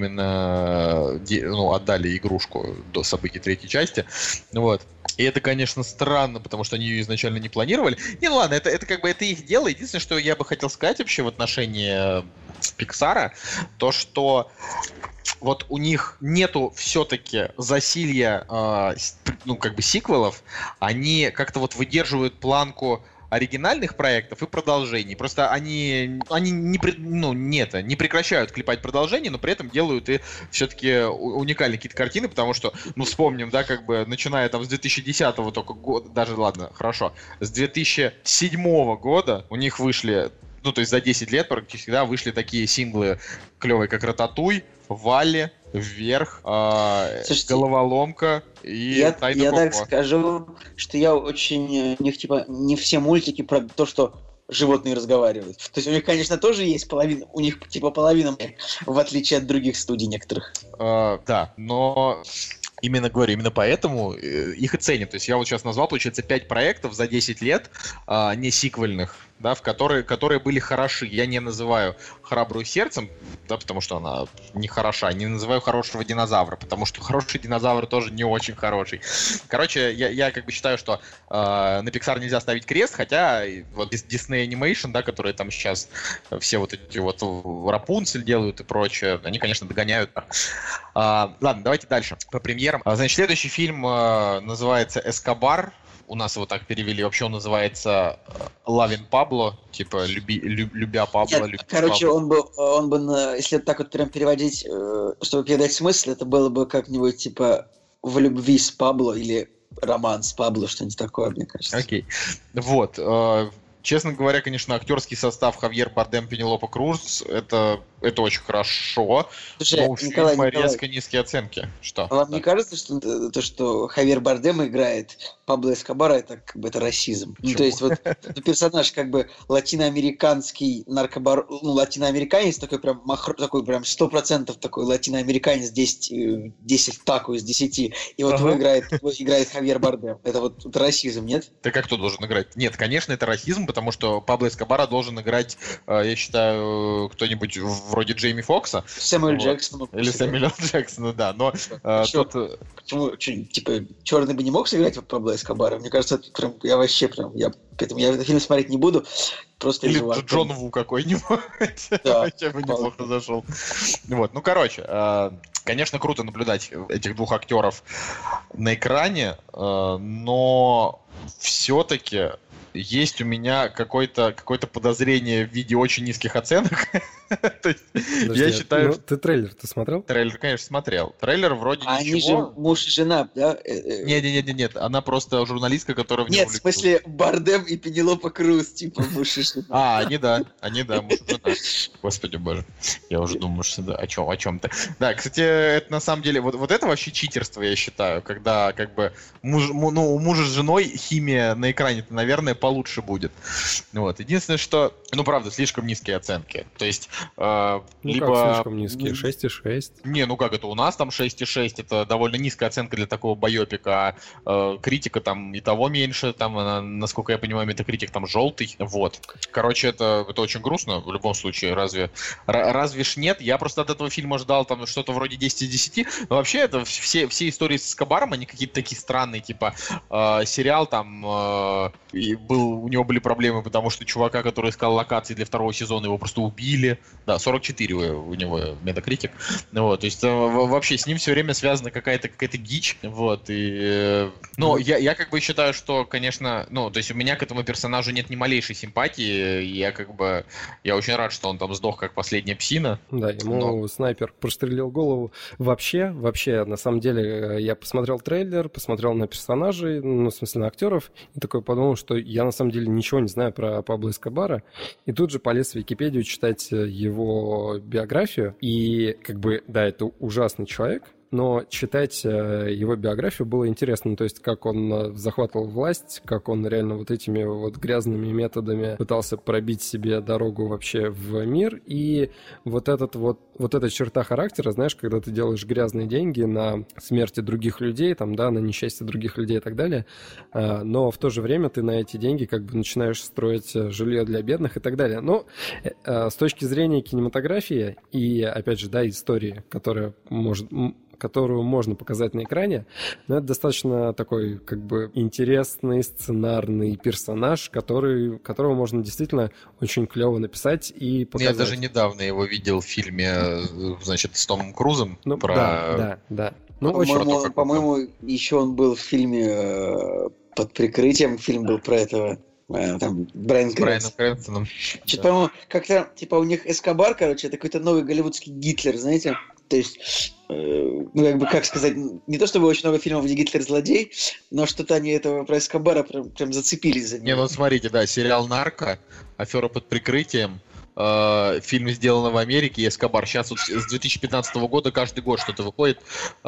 Именно де... ну, отдали игрушку до событий третьей части. Вот. И это, конечно, странно, потому что они ее изначально не планировали. Не, ну ладно, это, это как бы это их дело. Единственное, что я бы хотел сказать вообще в отношении Pixar, то, что вот у них нету все-таки засилья, э, ну, как бы сиквелов. Они как-то вот выдерживают планку оригинальных проектов и продолжений. Просто они, они не, ну, нет, не прекращают клепать продолжения, но при этом делают и все-таки уникальные какие-то картины, потому что, ну, вспомним, да, как бы, начиная там с две тысячи десятого только года, даже, ладно, хорошо, с две тысячи седьмого года у них вышли, ну, то есть за десять лет практически, да, вышли такие синглы клевые, как «Рататуй», «Валли», «Вверх», э, Слушайте, «Головоломка» и я, «Тайна Я Коко». так скажу, что я очень... У них, типа, не все мультики про то, что животные разговаривают. То есть у них, конечно, тоже есть половина... У них, типа, половина, в отличие от других студий некоторых. Э, да, но... Именно говорю, именно поэтому их и ценят. То есть я вот сейчас назвал, получается, пять проектов за десять лет, а, не сиквельных, да, в которые, которые были хороши. Я не называю «Храбрую сердцем», да, потому что она не хороша. Не называю «Хорошего динозавра», потому что «Хороший динозавр» тоже не очень хороший. Короче, я, я как бы считаю, что э, на Pixar нельзя ставить крест, хотя вот Disney Animation, да, которые там сейчас все вот эти вот Рапунцель делают и прочее, они, конечно, догоняют. А, ладно, давайте дальше по премьерам. Значит, следующий фильм э, называется «Эскобар». У нас его так перевели. Вообще он называется «Loving Pablo», типа люби, люб, «Любя Пабло». Нет, короче, Пабло. он бы, он бы на, если так вот прям переводить, э, чтобы передать смысл, это было бы как-нибудь типа «В любви с Пабло» или «Роман с Пабло», что-нибудь такое, мне кажется. Окей. Вот. Э, честно говоря, конечно, актерский состав Хавьер Бардем, Пенелопа Круз, это, это очень хорошо. Слушай, но у Николай, фильма Николай, резко низкие оценки. Что? Вам да. не кажется, что то, что Хавьер Бардем играет Пабло Эскобара, это как бы это расизм? Ну, то есть вот персонаж как бы латиноамериканский наркобар... ну, латиноамериканец, такой прям махро... такой прям сто процентов такой латиноамериканец, десять, десять тако из десяти, и вот ага. его играет, его играет Хавьер Бардем. Это вот это расизм, нет? Ты как кто должен играть? Нет, конечно, это расизм, потому что Пабло Эскобара должен играть, я считаю, кто-нибудь вроде Джейми Фокса. Сэмюэль вот. Джексона. Или Сэмюэля Джексона, да. Но а, тут... Почему, типа, черный бы не мог сыграть в Пабло Эскобара? Мне кажется, это прям, я вообще прям, я, поэтому я этот фильм смотреть не буду. Просто Или из-за Джон Ву какой-нибудь. Да, вообще бы неплохо зашел. Вот, ну, короче, конечно, круто наблюдать этих двух актеров на экране, но все-таки есть у меня какое-то, какое-то подозрение в виде очень низких оценок. То есть, Подожди, я считаю... Ну, ты трейлер-то смотрел? Трейлер, конечно, смотрел. Трейлер вроде а ничего. Они же муж и жена, да? Нет-нет-нет, нет, она просто журналистка, которая в него Нет, в смысле, Бардем и Пенелопа Круз, типа муж и жена. А, они да, они да, муж и жена. Господи боже, я уже думаю, что да, о чем, о чем-то. Да, кстати, это на самом деле, вот, вот это вообще читерство, я считаю, когда как бы муж, ну, у мужа с женой химия на экране-то, наверное, получше будет. Вот. Единственное, что, ну, правда, слишком низкие оценки. То есть, э, Ну либо... как слишком низкие? шесть и шесть. Не, ну как это, у нас там шесть и шесть, это довольно низкая оценка для такого байопика, а э, критика там и того меньше, там, она, насколько я понимаю, метакритик там желтый, вот. Короче, это, это очень грустно, в любом случае, разве, р- разве ж нет? Я просто от этого фильма ждал там что-то вроде десять из десяти, но вообще это все, все истории с Эскобаром, они какие-то такие странные, типа, э, сериал там, э, и был, у него были проблемы, потому что чувака, который искал локации для второго сезона, его просто убили, да, сорок четыре у, у него метакритик, вот, то есть э, вообще с ним все время связана какая-то какая-то дичь, вот, и... Э, Ну, я, я как бы считаю, что, конечно, ну, то есть у меня к этому персонажу нет ни малейшей симпатии, я как бы, я очень рад, что он там сдох как последняя псина. Да, ему но... снайпер прострелил голову. Вообще, вообще, на самом деле, я посмотрел трейлер, посмотрел на персонажей, ну, в смысле, на актеров, и такой подумал, что я на самом деле ничего не знаю про Пабло Эскобара, и тут же полез в Википедию читать его биографию, и как бы, да, это ужасный человек, но читать его биографию было интересно, то есть как он захватывал власть, как он реально вот этими вот грязными методами пытался пробить себе дорогу вообще в мир, и вот этот вот, вот эта черта характера, знаешь, когда ты делаешь грязные деньги на смерти других людей, там, да, на несчастье других людей и так далее, но в то же время ты на эти деньги как бы начинаешь строить жилье для бедных и так далее. Но с точки зрения кинематографии и, опять же, да, истории, которая может... которую можно показать на экране, но это достаточно такой, как бы, интересный сценарный персонаж, который, которого можно действительно очень клево написать и показать. Я даже недавно его видел в фильме, значит, с Томом Крузом. Ну, про... Да, да, да. Ну, по-моему, очень... по-моему, еще он был в фильме э, «Под прикрытием», фильм был про этого... Там, Брайан Крэнстон. Крэнстоном. Что-то, да. по-моему, как-то, типа, у них Эскобар, короче, это какой-то новый голливудский Гитлер, знаете? То есть, э, ну, как бы, как сказать, не то чтобы очень много фильмов, где Гитлер злодей, но что-то они этого про Эскобара прям, прям зацепились за него. Не, ну, смотрите, да, сериал «Нарко», «Афера под прикрытием», э, фильм сделан в Америке, и «Эскобар». Сейчас вот с две тысячи пятнадцатого года каждый год что-то выходит.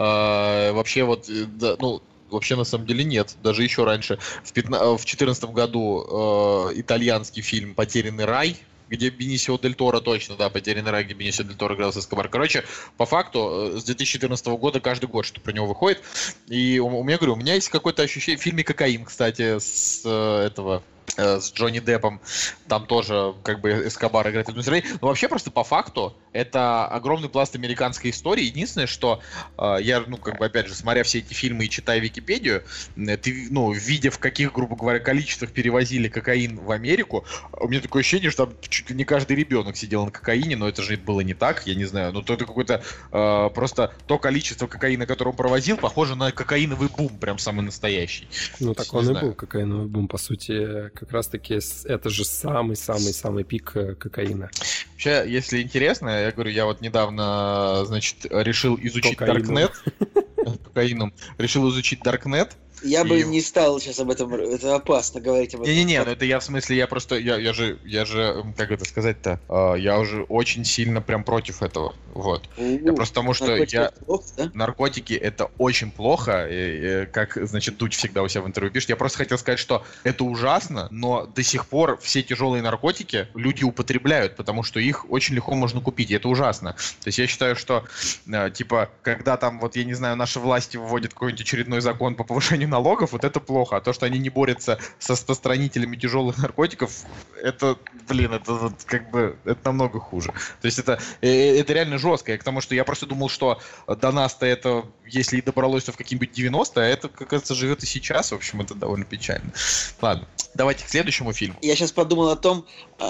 Э, вообще вот, да, ну... Вообще, на самом деле, нет. Даже еще раньше. В две тысячи четырнадцатом году э, итальянский фильм «Потерянный рай», где Бенисио Дель Торо, точно, да, «Потерянный рай», где Бенисио Дель Торо играл с Эскобар. Короче, по факту, с две тысячи четырнадцатого года каждый год что про него выходит. И у, у меня, говорю, у меня есть какое-то ощущение... В фильме «Кокаин», кстати, с э, этого... с Джонни Деппом, там тоже как бы Эскобар играет в одну. Но вообще просто по факту это огромный пласт американской истории. Единственное, что э, я, ну, как бы, опять же, смотря все эти фильмы и читая Википедию, ты, ну, видя, в каких, грубо говоря, количествах перевозили кокаин в Америку, у меня такое ощущение, что там чуть ли не каждый ребенок сидел на кокаине, но это же было не так, я не знаю. Ну, то это какое-то э, просто то количество кокаина, которое он провозил, похоже на кокаиновый бум, прям самый настоящий. Ну, так он и был, кокаиновый бум, по сути, как раз-таки это же самый-самый-самый пик кокаина. Вообще, если интересно, я говорю, я вот недавно, значит, решил изучить Darknet. Кокаином. Решил изучить Darknet. Я и... бы не стал сейчас об этом, это опасно говорить об этом. Не-не-не, ну это я в смысле, я просто, я, я же, я же, как это сказать-то, uh, я уже очень сильно прям против этого, вот. У-у-у. Я просто потому, что я... Плохо, да? Наркотики это очень плохо, и, и, как, значит, Дудь всегда у себя в интервью пишет. Я просто хотел сказать, что это ужасно, но до сих пор все тяжелые наркотики люди употребляют, потому что их очень легко можно купить, и это ужасно. То есть я считаю, что, uh, типа, когда там, вот, я не знаю, наши власти вводят какой-нибудь очередной закон по повышению налогов, вот это плохо. А то, что они не борются со распространителями тяжелых наркотиков, это, блин, это вот как бы, это намного хуже. То есть это, это реально жестко. И к тому, что я просто думал, что до нас-то это, если и добралось, то в какие-нибудь девяностые, а это, как кажется, живет и сейчас. В общем, это довольно печально. Ладно, давайте к следующему фильму. Я сейчас подумал о том,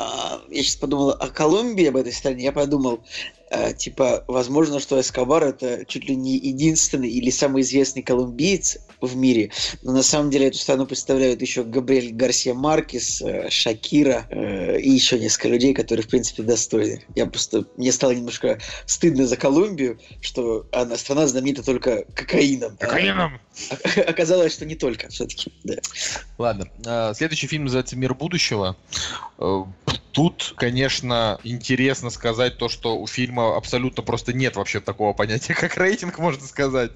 я сейчас подумал о Колумбии, об этой стране. Я подумал, типа, возможно, что Эскобар это чуть ли не единственный или самый известный колумбиец в мире, но на самом деле эту страну представляют еще Габриэль Гарсия Маркес, Шакира и еще несколько людей, которые, в принципе, достойны. Я просто... Мне стало немножко стыдно за Колумбию, что она, страна знаменита только кокаином. Кокаином! А, оказалось, что не только, все-таки, да. Ладно. Следующий фильм называется «Мир будущего». Тут, конечно, интересно сказать то, что у фильма абсолютно просто нет вообще такого понятия, как рейтинг, можно сказать.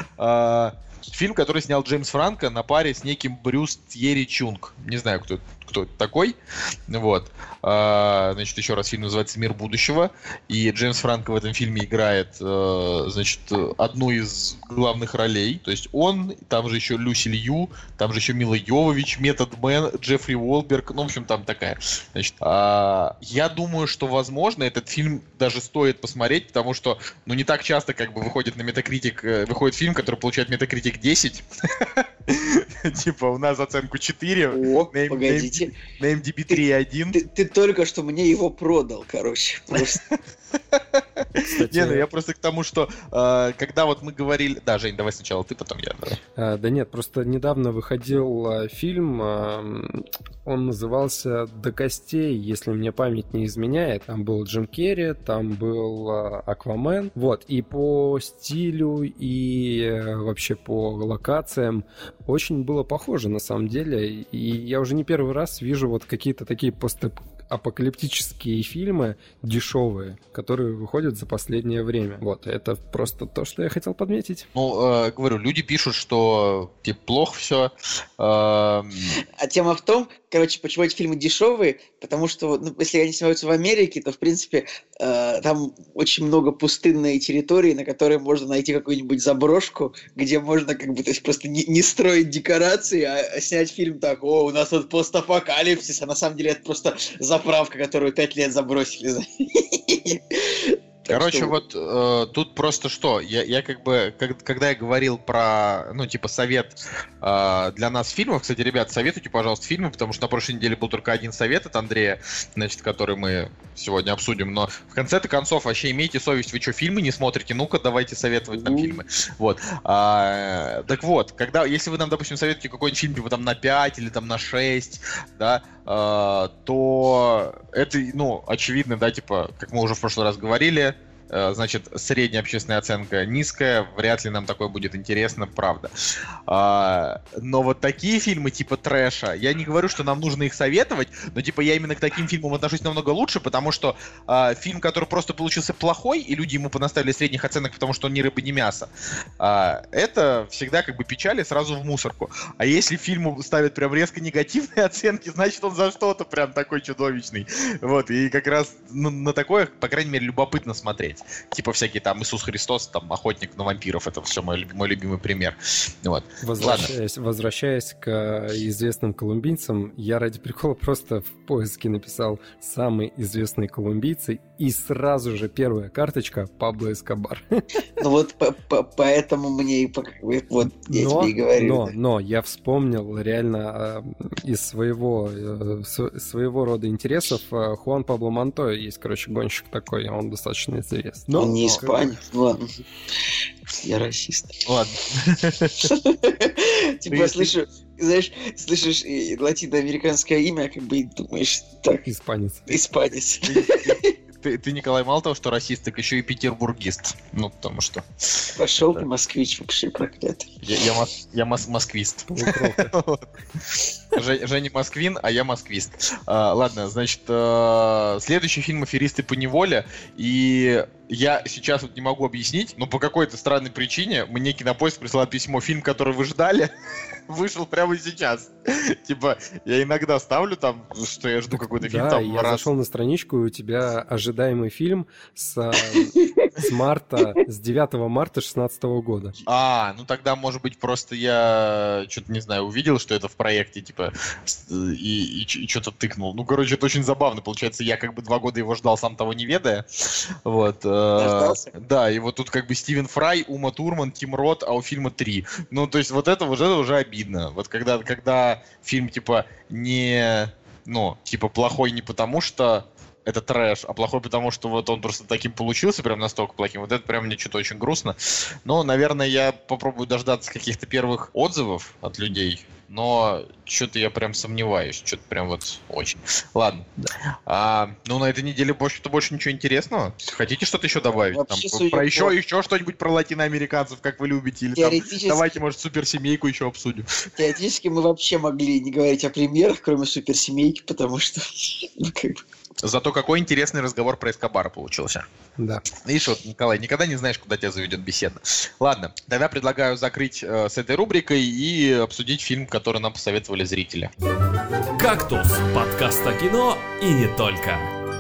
Фильм, который снял Джеймс Франко на паре с неким Брюс Тьерри Чунг. Не знаю, кто, кто это такой. Вот. А, значит, еще раз, фильм называется «Мир будущего». И Джеймс Франко в этом фильме играет, значит, одну из главных ролей. То есть он, там же еще Люси Лью, там же еще Мила Йовович, Метод Мэн, Джеффри Уолберг. Ну, в общем, там такая. Значит, а, я думаю, что, возможно, этот фильм даже стоит посмотреть, потому что, ну, не так часто, как бы, выходит на Metacritic, выходит фильм, который получает Metacritic десять. Типа, у нас оценку четыре. О, погодите. На эм ди би три один. Ты только что мне его продал, короче. Кстати... Не, ну я просто к тому, что э, когда вот мы говорили... Да, Жень, давай сначала ты, потом я. Давай. А, да нет, просто недавно выходил а, фильм, а, он назывался «До костей», если мне память не изменяет. Там был Джим Керри, там был а, Аквамен. Вот, и по стилю, и а, вообще по локациям очень было похоже на самом деле. И я уже не первый раз вижу вот какие-то такие постапокалиптические фильмы дешевые, которые выходят за последнее время. Вот, это просто то, что я хотел подметить. Ну, э, говорю, люди пишут, что типа плохо все. Э... А тема в том, короче, почему эти фильмы дешевые, потому что, ну, если они снимаются в Америке, то, в принципе, э, там очень много пустынной территории, на которой можно найти какую-нибудь заброшку, где можно как бы, то есть просто не, не строить декорации, а снять фильм так: о, у нас тут постапокалипсис, а на самом деле это просто заправка, которую пять лет забросили. Короче, что... вот э, тут просто что, я, я как бы, как, когда я говорил про, ну, типа, совет э, для нас фильмов, кстати, ребят, советуйте, пожалуйста, фильмы, потому что на прошлой неделе был только один совет от Андрея, значит, который мы сегодня обсудим, но в конце-то концов, вообще имейте совесть, вы что, фильмы не смотрите? Ну-ка, давайте советовать нам mm-hmm. фильмы. Вот. А, так вот, когда, если вы нам, допустим, советуете какой-нибудь фильм, типа, там, на пять или там на шесть, да, а, то это, ну, очевидно, да, типа, как мы уже в прошлый раз говорили, значит, средняя общественная оценка низкая, вряд ли нам такое будет интересно, правда. А, но вот такие фильмы типа трэша, я не говорю, что нам нужно их советовать, но типа я именно к таким фильмам отношусь намного лучше, потому что а, фильм, который просто получился плохой, и люди ему понаставили средних оценок, потому что он ни рыба, ни мясо, а, это всегда как бы печаль и сразу в мусорку. А если фильму ставят прям резко негативные оценки, значит он за что-то прям такой чудовищный. Вот, и как раз на, на такое, по крайней мере, любопытно смотреть. Типа всякие там Иисус Христос, там Охотник на вампиров, это все мой, мой любимый пример. Вот. Возвращаясь, возвращаясь к известным колумбийцам, я ради прикола просто в поиске написал «самые известные колумбийцы», и сразу же первая карточка Пабло Эскобар. Ну вот поэтому мне и вот я тебе и говорю. Но, но я вспомнил реально из своего своего рода интересов Хуан Пабло Монтоя есть, короче, гонщик такой, он достаточно известный. Но, он не испанец, ну ладно. Я расист. Ладно. Типа, слышу, знаешь, слышишь латиноамериканское имя, как бы и думаешь, так. Испанец. Испанец. Ты, ты, Николай, мало того, что расист, так еще и петербургист. Ну, потому что... Пошел ты, москвич, вообще проклятый. Я, я, мос, я мос, москвист. Женя москвин, а я москвист. А, ладно, значит, а, следующий фильм «Аферисты по неволе». И я сейчас вот не могу объяснить, но по какой-то странной причине мне Кинопоиск прислал письмо. Фильм, который вы ждали, вышел прямо сейчас. Типа, я иногда ставлю там, что я жду какой-то фильм. Да, я зашел на страничку, и у тебя ожидаемый фильм с, с марта, с девятого марта шестнадцатого года. А, ну тогда, может быть, просто я что-то, не знаю, увидел, что это в проекте, типа, и, и, и что-то тыкнул. Ну, короче, это очень забавно. Получается, я как бы два года его ждал, сам того не ведая. Вот. Дождался? Да, и вот тут как бы Стивен Фрай, Ума Турман, Тим Рот, а у фильма три. Ну, то есть вот это уже, уже обидно. Вот когда, когда фильм, типа, не... Ну, типа, плохой не потому, что это трэш, а плохой потому, что вот он просто таким получился, прям настолько плохим. Вот это прям мне что-то очень грустно. Но, наверное, я попробую дождаться каких-то первых отзывов от людей. Но что-то я прям сомневаюсь. Что-то прям вот очень. Ладно. А, ну, на этой неделе больше-то больше ничего интересного. Хотите что-то еще добавить? Там, про еще, еще что-нибудь про латиноамериканцев, как вы любите? Или там, давайте, может, суперсемейку еще обсудим. Теоретически мы вообще могли не говорить о премьерах, кроме суперсемейки, потому что... Зато какой интересный разговор про Эскобара получился. Да. Видишь, вот, Николай, никогда не знаешь, куда тебя заведет беседа. Ладно, тогда предлагаю закрыть э, с этой рубрикой и обсудить фильм, который нам посоветовали зрители. «Кактус» – подкаст о кино и не только.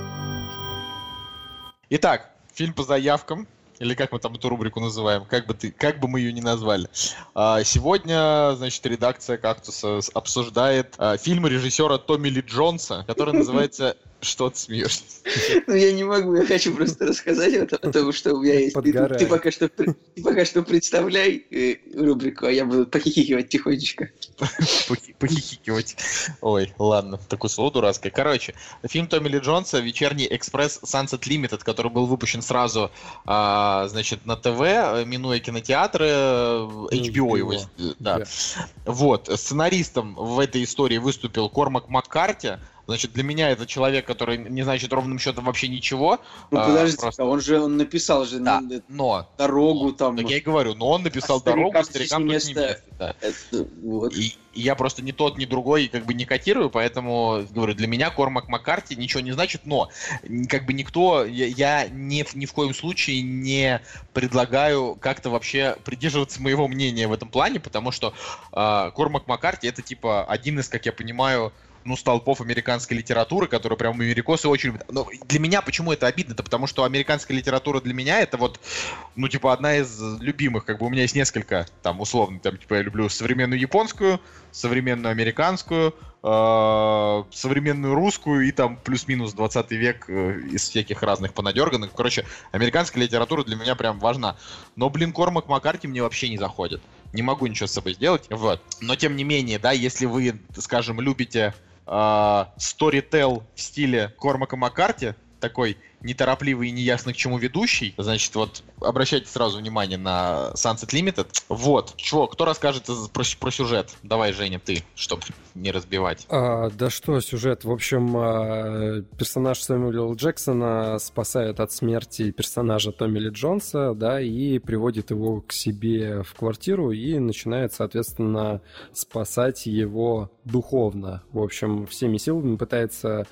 Итак, фильм по заявкам. Или как мы там эту рубрику называем, как бы, ты, как бы мы ее ни назвали. А, сегодня, значит, редакция «Кактуса» обсуждает а, фильм режиссера Томми Ли Джонса, который называется Что ты смеешься? Ну, я не могу, я хочу просто рассказать о том, что у меня есть. Ты пока что ты пока что представляй рубрику, а я буду похихикивать тихонечко. Похихикивать. Ой, ладно, такое слово дурацкое. Короче, фильм Томми Ли Джонса «Вечерний экспресс Sunset Limited», который был выпущен сразу, значит, на ТВ, минуя кинотеатры, эйч би о его. Да. Вот, сценаристом в этой истории выступил Кормак Маккарти. Значит, для меня это человек, который не значит ровным счетом вообще ничего. Ну, подожди, а, просто... он же он написал же да, на... но, дорогу но, там. Так я и говорю, но он написал а дорогу, старикам старикам тут не место. Да. Это, вот. И, и я просто ни тот, ни другой как бы не котирую, поэтому, говорю, для меня Кормак Маккарти ничего не значит, но как бы никто, я, я ни, ни в коем случае не предлагаю как-то вообще придерживаться моего мнения в этом плане, потому что э, Кормак Маккарти это типа один из, как я понимаю, ну, столпов американской литературы, которую прям америкосы очень любят. Но для меня почему это обидно? Это потому что американская литература для меня это вот, ну, типа, одна из любимых. Как бы у меня есть несколько, там, условно, там, типа, я люблю современную японскую, современную американскую, э- современную русскую и там плюс-минус двадцатый век э- из всяких разных понадерганных. Короче, американская литература для меня прям важна. Но, блин, Кормак Маккарти мне вообще не заходит. Не могу ничего с собой сделать. Вот. Но, тем не менее, да, если вы, скажем, любите сторител в стиле Кормака Маккарти, такой неторопливый и неясно к чему ведущий, значит, вот обращайте сразу внимание на Sunset Limited. Вот. Чего, кто расскажет про, про сюжет? Давай, Женя, ты, чтобы не разбивать. А, да что, сюжет. В общем, персонаж Сэмюэля Джексона спасает от смерти персонажа Томми Ли Джонса, да, и приводит его к себе в квартиру и начинает, соответственно, спасать его духовно. В общем, всеми силами пытается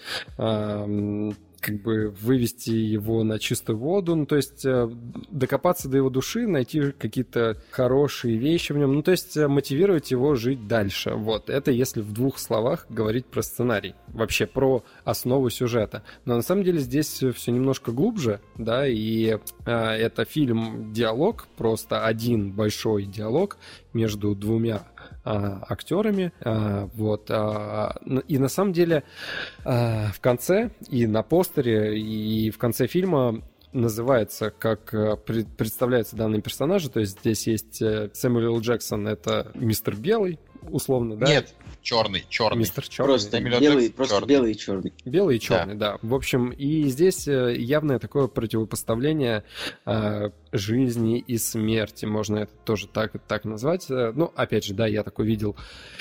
а, как бы вывести его на чистую воду, ну, то есть э, докопаться до его души, найти какие-то хорошие вещи в нем, ну, то есть э, мотивировать его жить дальше. Вот, это если в двух словах говорить про сценарий, вообще про основу сюжета. Но на самом деле здесь все немножко глубже, да, и э, это фильм-диалог, просто один большой диалог между двумя а, актерами, а, вот, а, и на самом деле а, в конце и на постере, и в конце фильма называется, как представляются данные персонажи, то есть здесь есть Сэмюэл Л. Джексон, это мистер Белый, условно, да? Нет, черный, черный. Мистер Черный. Просто, белый, просто черный. белый и черный. Белый и черный, да. да. В общем, и здесь явное такое противопоставление э, жизни и смерти, можно это тоже так, так назвать. Ну, опять же, да, я такой видел.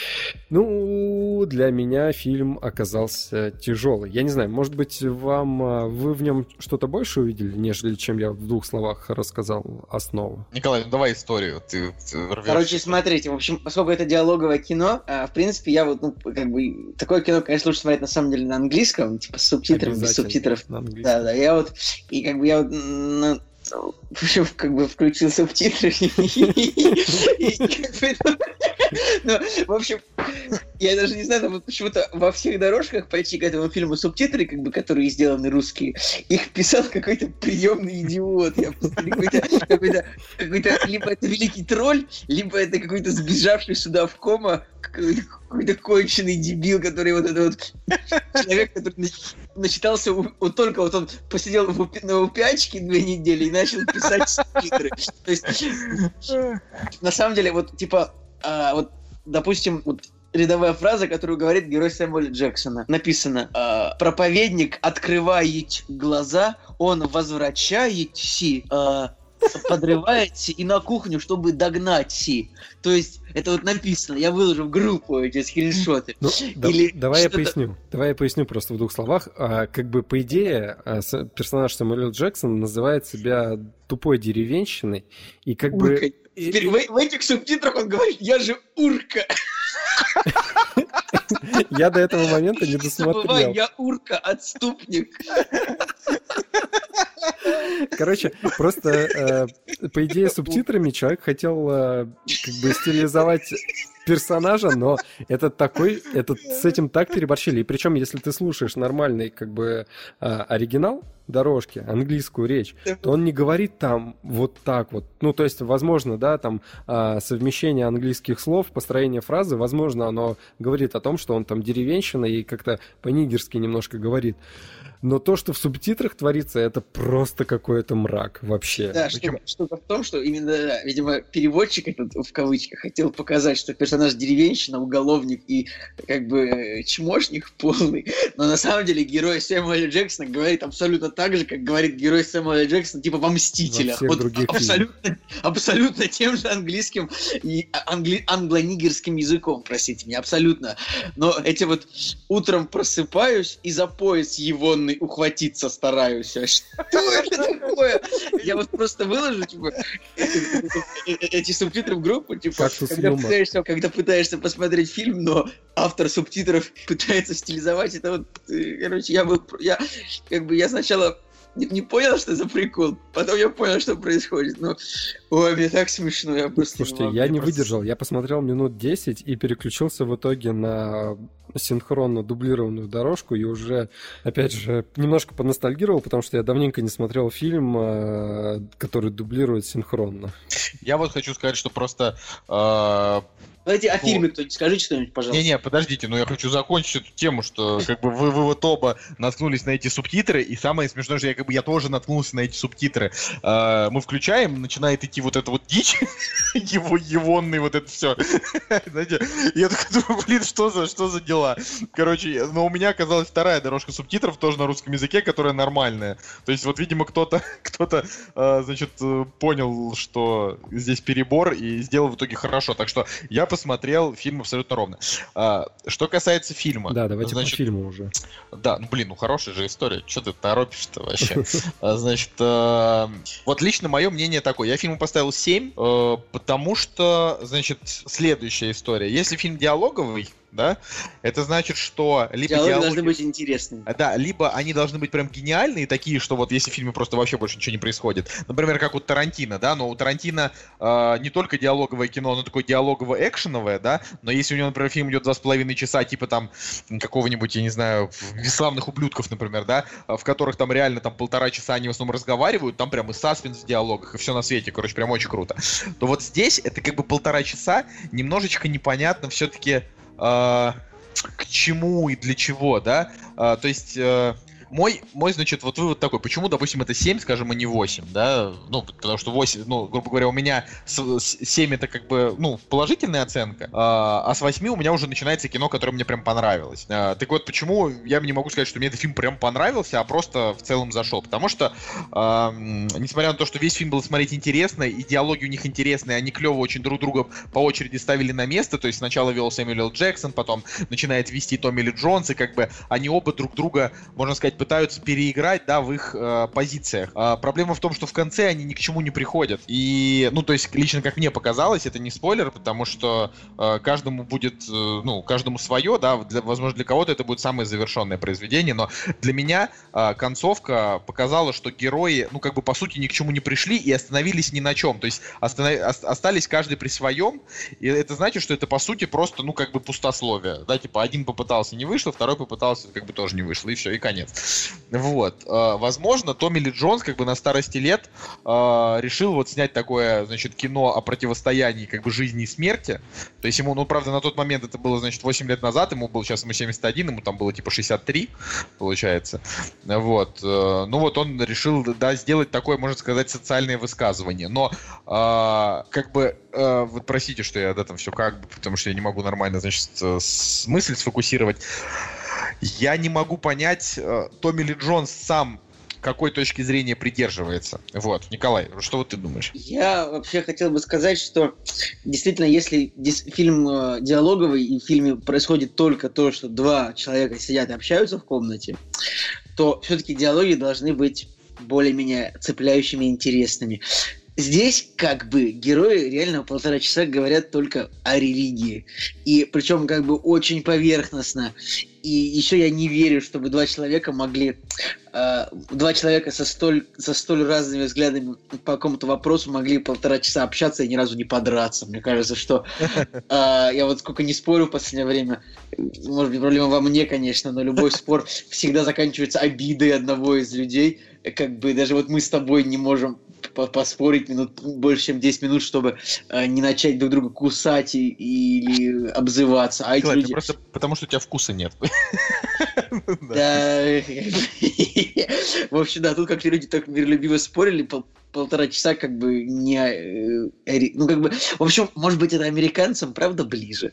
Ну, для меня фильм оказался тяжелый. Я не знаю, может быть, вам вы в нем что-то больше увидели, нежели чем я в двух словах рассказал основу? Николай, ну давай историю. Ты, ты Короче, смотрите, в общем, поскольку это диалоговое кино, в принципе, я вот, ну, как бы, такое кино, конечно, лучше смотреть на самом деле на английском, типа с субтитрами, без субтитров. Да, да, я вот, и как бы я вот, ну, в общем, как бы включил субтитры, ну, в общем, я даже не знаю, там почему-то во всех дорожках пойти к этому фильму субтитры, как бы, которые сделаны русские, их писал какой-то приемный идиот. Я какой-то, какой-то, какой-то, либо это великий тролль, либо это какой-то сбежавший сюда в кома, какой-то, какой-то конченый дебил, который вот этот вот человек, который начитался, вот только вот он посидел в, на упячке две недели и начал писать субтитры. То есть, на самом деле, вот, типа, а, вот, допустим, вот рядовая фраза, которую говорит герой Сэмюэля Джексона. Написано: а, «Проповедник открывает глаза, он возвращается, а, подрывается и на кухню, чтобы догнать си». То есть, это вот написано. Я выложу в группу эти скриншоты. Ну, Или да, давай я поясню. Давай я поясню просто в двух словах. А, как бы, по идее, персонаж Сэмюэля Джексона называет себя тупой деревенщиной. И как урка. бы... Теперь в, в этих субтитрах он говорит: «Я же урка». Я до этого момента не досмотрел. Забывай, я урка, отступник. Короче, просто, э, по идее, субтитрами человек хотел э, как бы стилизовать персонажа, но это такой, это с этим так переборщили. И причем, если ты слушаешь нормальный, как бы, а, оригинал дорожки, английскую речь, то он не говорит там вот так вот. Ну, то есть, возможно, да, там а, совмещение английских слов, построение фразы, возможно, оно говорит о том, что он там деревенщина и как-то по-нигерски немножко говорит. Но то, что в субтитрах творится, это просто какой-то мрак вообще. Да, Причем... штука в том, что именно, да, видимо, переводчик этот, в кавычках, хотел показать, что персонаж деревенщина, уголовник и как бы чмошник полный. Но на самом деле герой Сэмюэля Джексона говорит абсолютно так же, как говорит герой Сэмюэля Джексона, типа во «Мстителях». Во всех других абсолютно, абсолютно тем же английским и англи... англо-нигерским языком, простите меня, абсолютно. Но эти вот утром просыпаюсь и за пояс егонный ухватиться стараюсь. Что это такое? Я вот просто выложу, типа, эти субтитры в группу, типа, когда пытаешься, когда пытаешься посмотреть фильм, но автор субтитров пытается стилизовать, это вот, короче, я был, я, как бы, я сначала не, не понял, что за прикол, потом я понял, что происходит, но, ой, мне так смешно, я просто... Слушайте, не я не просто... выдержал, я посмотрел минут десять и переключился в итоге на синхронно дублированную дорожку и уже, опять же, немножко поностальгировал, потому что я давненько не смотрел фильм, который дублирует синхронно. Я вот хочу сказать, что просто... Э... Давайте о ну, фильме кто-нибудь скажите что-нибудь, пожалуйста. Не-не, подождите, но я хочу закончить эту тему, что как бы вы, вы вот оба наткнулись на эти субтитры, и самое смешное, что я как бы я тоже наткнулся на эти субтитры. А, мы включаем, начинает идти вот эта вот дичь, его егонный вот это все. Знаете, я такой думаю, блин, что за, что за дела? Короче, но у меня оказалась вторая дорожка субтитров, тоже на русском языке, которая нормальная. То есть вот, видимо, кто-то, кто-то, а, значит, понял, что здесь перебор, и сделал в итоге хорошо. Так что я посмотрел фильм абсолютно ровно. А, что касается фильма... Да, давайте значит, по фильму уже. Да, ну блин, ну хорошая же история. Что ты торопишь-то вообще? Значит, вот лично мое мнение такое. Я фильму поставил семь, потому что, значит, следующая история. Если фильм диалоговый, да, это значит, что либо диалоги, диалоги должны быть интересными. Да, либо они должны быть прям гениальные, такие, что вот если в фильме просто вообще больше ничего не происходит. Например, как у Тарантино, да, но у Тарантино э, не только диалоговое кино, но такое диалогово-экшеновое, да, но если у него, например, фильм идет два с половиной часа, типа там какого-нибудь, я не знаю, «Бесславных ублюдков», например, да, в которых там реально там полтора часа они в основном разговаривают, там прям и саспенс в диалогах, и все на свете, короче, прям очень круто. То вот здесь это как бы полтора часа, немножечко непонятно все-таки Uh, к чему и для чего, да? Uh, то есть uh, мой, мой, значит, вот вывод такой, почему, допустим, это семь, скажем, а не восемь, да? Ну, потому что восемь, ну, грубо говоря, у меня семь это как бы, ну, положительная оценка, а, а с восьми у меня уже начинается кино, которое мне прям понравилось. А, так вот, почему я не могу сказать, что мне этот фильм прям понравился, а просто в целом зашел? Потому что, а, несмотря на то, что весь фильм было смотреть интересно, и диалоги у них интересные, они клево очень друг друга по очереди ставили на место, то есть сначала вел Сэмюэл Л. Джексон, потом начинает вести Томми Ли Джонс, и как бы они оба друг друга, можно сказать, пытаются переиграть, да, в их э, позициях. А проблема в том, что в конце они ни к чему не приходят. И, ну, то есть, лично как мне показалось, это не спойлер, потому что э, каждому будет, э, ну, каждому свое, да, для, возможно, для кого-то это будет самое завершенное произведение, но для меня э, концовка показала, что герои, ну, как бы, по сути, ни к чему не пришли и остановились ни на чем. То есть, останов... остались каждый при своем, и это значит, что это, по сути, просто, ну, как бы, пустословие, да, типа, один попытался, не вышло, второй попытался, как бы, тоже не вышло, и все, и конец. Вот. Возможно, Томми Ли Джонс как бы на старости лет решил вот снять такое, значит, кино о противостоянии как бы жизни и смерти. То есть ему, ну, правда, на тот момент это было, значит, восемь лет назад, ему было, сейчас ему семьдесят один, ему там было типа шестьдесят три, получается. Вот. Ну вот он решил, да, сделать такое, можно сказать, социальное высказывание. Но как бы, вот простите, что я об этом все как бы, потому что я не могу нормально, значит, мысль сфокусировать. Я не могу понять, Томми Ли Джонс сам какой точки зрения придерживается. Вот, Николай, что вот ты думаешь? Я вообще хотел бы сказать, что действительно, если фильм диалоговый и в фильме происходит только то, что два человека сидят и общаются в комнате, то все-таки диалоги должны быть более-менее цепляющими и интересными. здесь как бы герои реально полтора часа говорят только о религии. И причем как бы очень поверхностно. И еще я не верю, чтобы два человека могли... Э, два человека со столь, со столь разными взглядами по какому-то вопросу могли полтора часа общаться и ни разу не подраться. Мне кажется, что... Э, я вот сколько не спорю в последнее время, может быть, проблема во мне, конечно, но любой спор всегда заканчивается обидой одного из людей. Как бы даже вот мы с тобой не можем поспорить минут больше, чем десять минут, чтобы э, не начать друг друга кусать и, или обзываться. А эти Клад, люди... Просто потому, что у тебя вкуса нет. Да. В общем, да, тут как-то люди так миролюбиво спорили, полтора часа как бы не... Ну, как бы... В общем, может быть, это американцам, правда, ближе.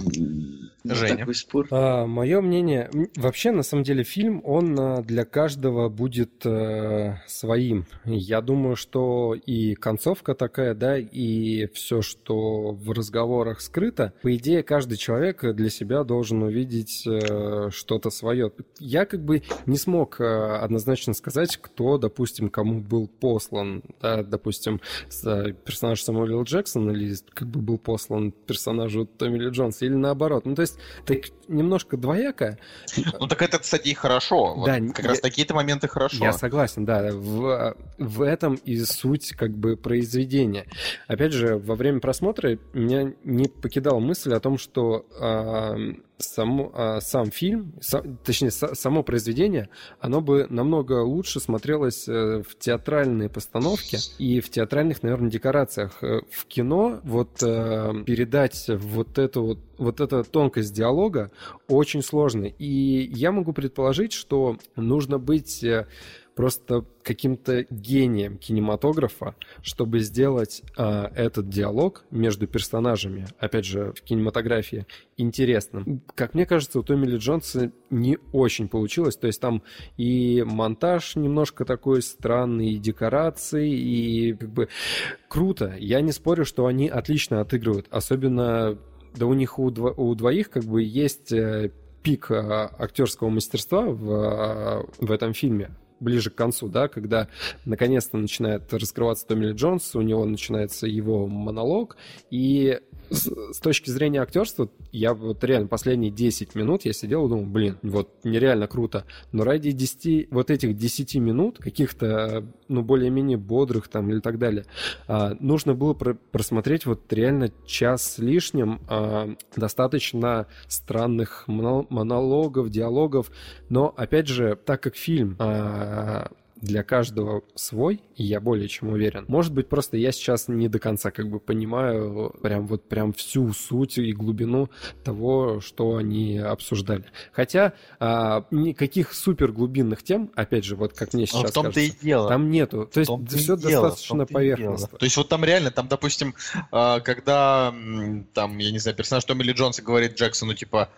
Женя. Такой спор. А, мое мнение, вообще, на самом деле, фильм, он для каждого будет э, своим. Я думаю, что и концовка такая, да, и все, что в разговорах скрыто, по идее, каждый человек для себя должен увидеть э, что-то свое. Я как бы не смог э, однозначно сказать, кто, допустим, кому был послан, да, допустим, с, персонаж Самуэля Л. Джексона, или как бы был послан персонажу Томми Ли Джонса, или наоборот. Ну, то есть, так немножко двояко. Ну, так это, кстати, и хорошо. Вот да, как я, раз такие-то моменты хорошо. Я согласен, да. В, в этом и суть как бы произведения. Опять же, во время просмотра меня не покидала мысль о том, что э, сам, э, сам фильм, сам, точнее, с, само произведение, оно бы намного лучше смотрелось э, в театральной постановке и в театральных, наверное, декорациях. В кино вот э, передать вот эту вот вот эта тонкость диалога очень сложно. И я могу предположить, что нужно быть просто каким-то гением кинематографа, чтобы сделать а, этот диалог между персонажами, опять же, в кинематографии, интересным. Как мне кажется, у Томми Ли Джонса не очень получилось. То есть там и монтаж немножко такой странный, и декорации, и как бы круто. Я не спорю, что они отлично отыгрывают. Особенно, да у них у, дво, у двоих как бы есть пик актерского мастерства в, в этом фильме. Ближе к концу, да, когда наконец-то начинает раскрываться Томми Ли Джонс, у него начинается его монолог, и с, с точки зрения актерства, я вот реально последние десять минут я сидел и думал, блин, вот нереально круто, но ради десяти, вот этих десяти минут, каких-то, ну, более-менее бодрых там или так далее, а, нужно было про- просмотреть вот реально час с лишним а, достаточно странных монологов, диалогов, но, опять же, так как фильм а, для каждого свой, и я более чем уверен. Может быть, просто я сейчас не до конца как бы понимаю прям вот прям всю суть и глубину того, что они обсуждали. Хотя а, никаких супер глубинных тем, опять же, вот как мне сейчас Но в том-то кажется, и дело. там нету. То есть все достаточно поверхностно. То есть вот там реально, там, допустим, когда там, я не знаю, персонаж Томми Ли Джонса говорит Джексону, типа,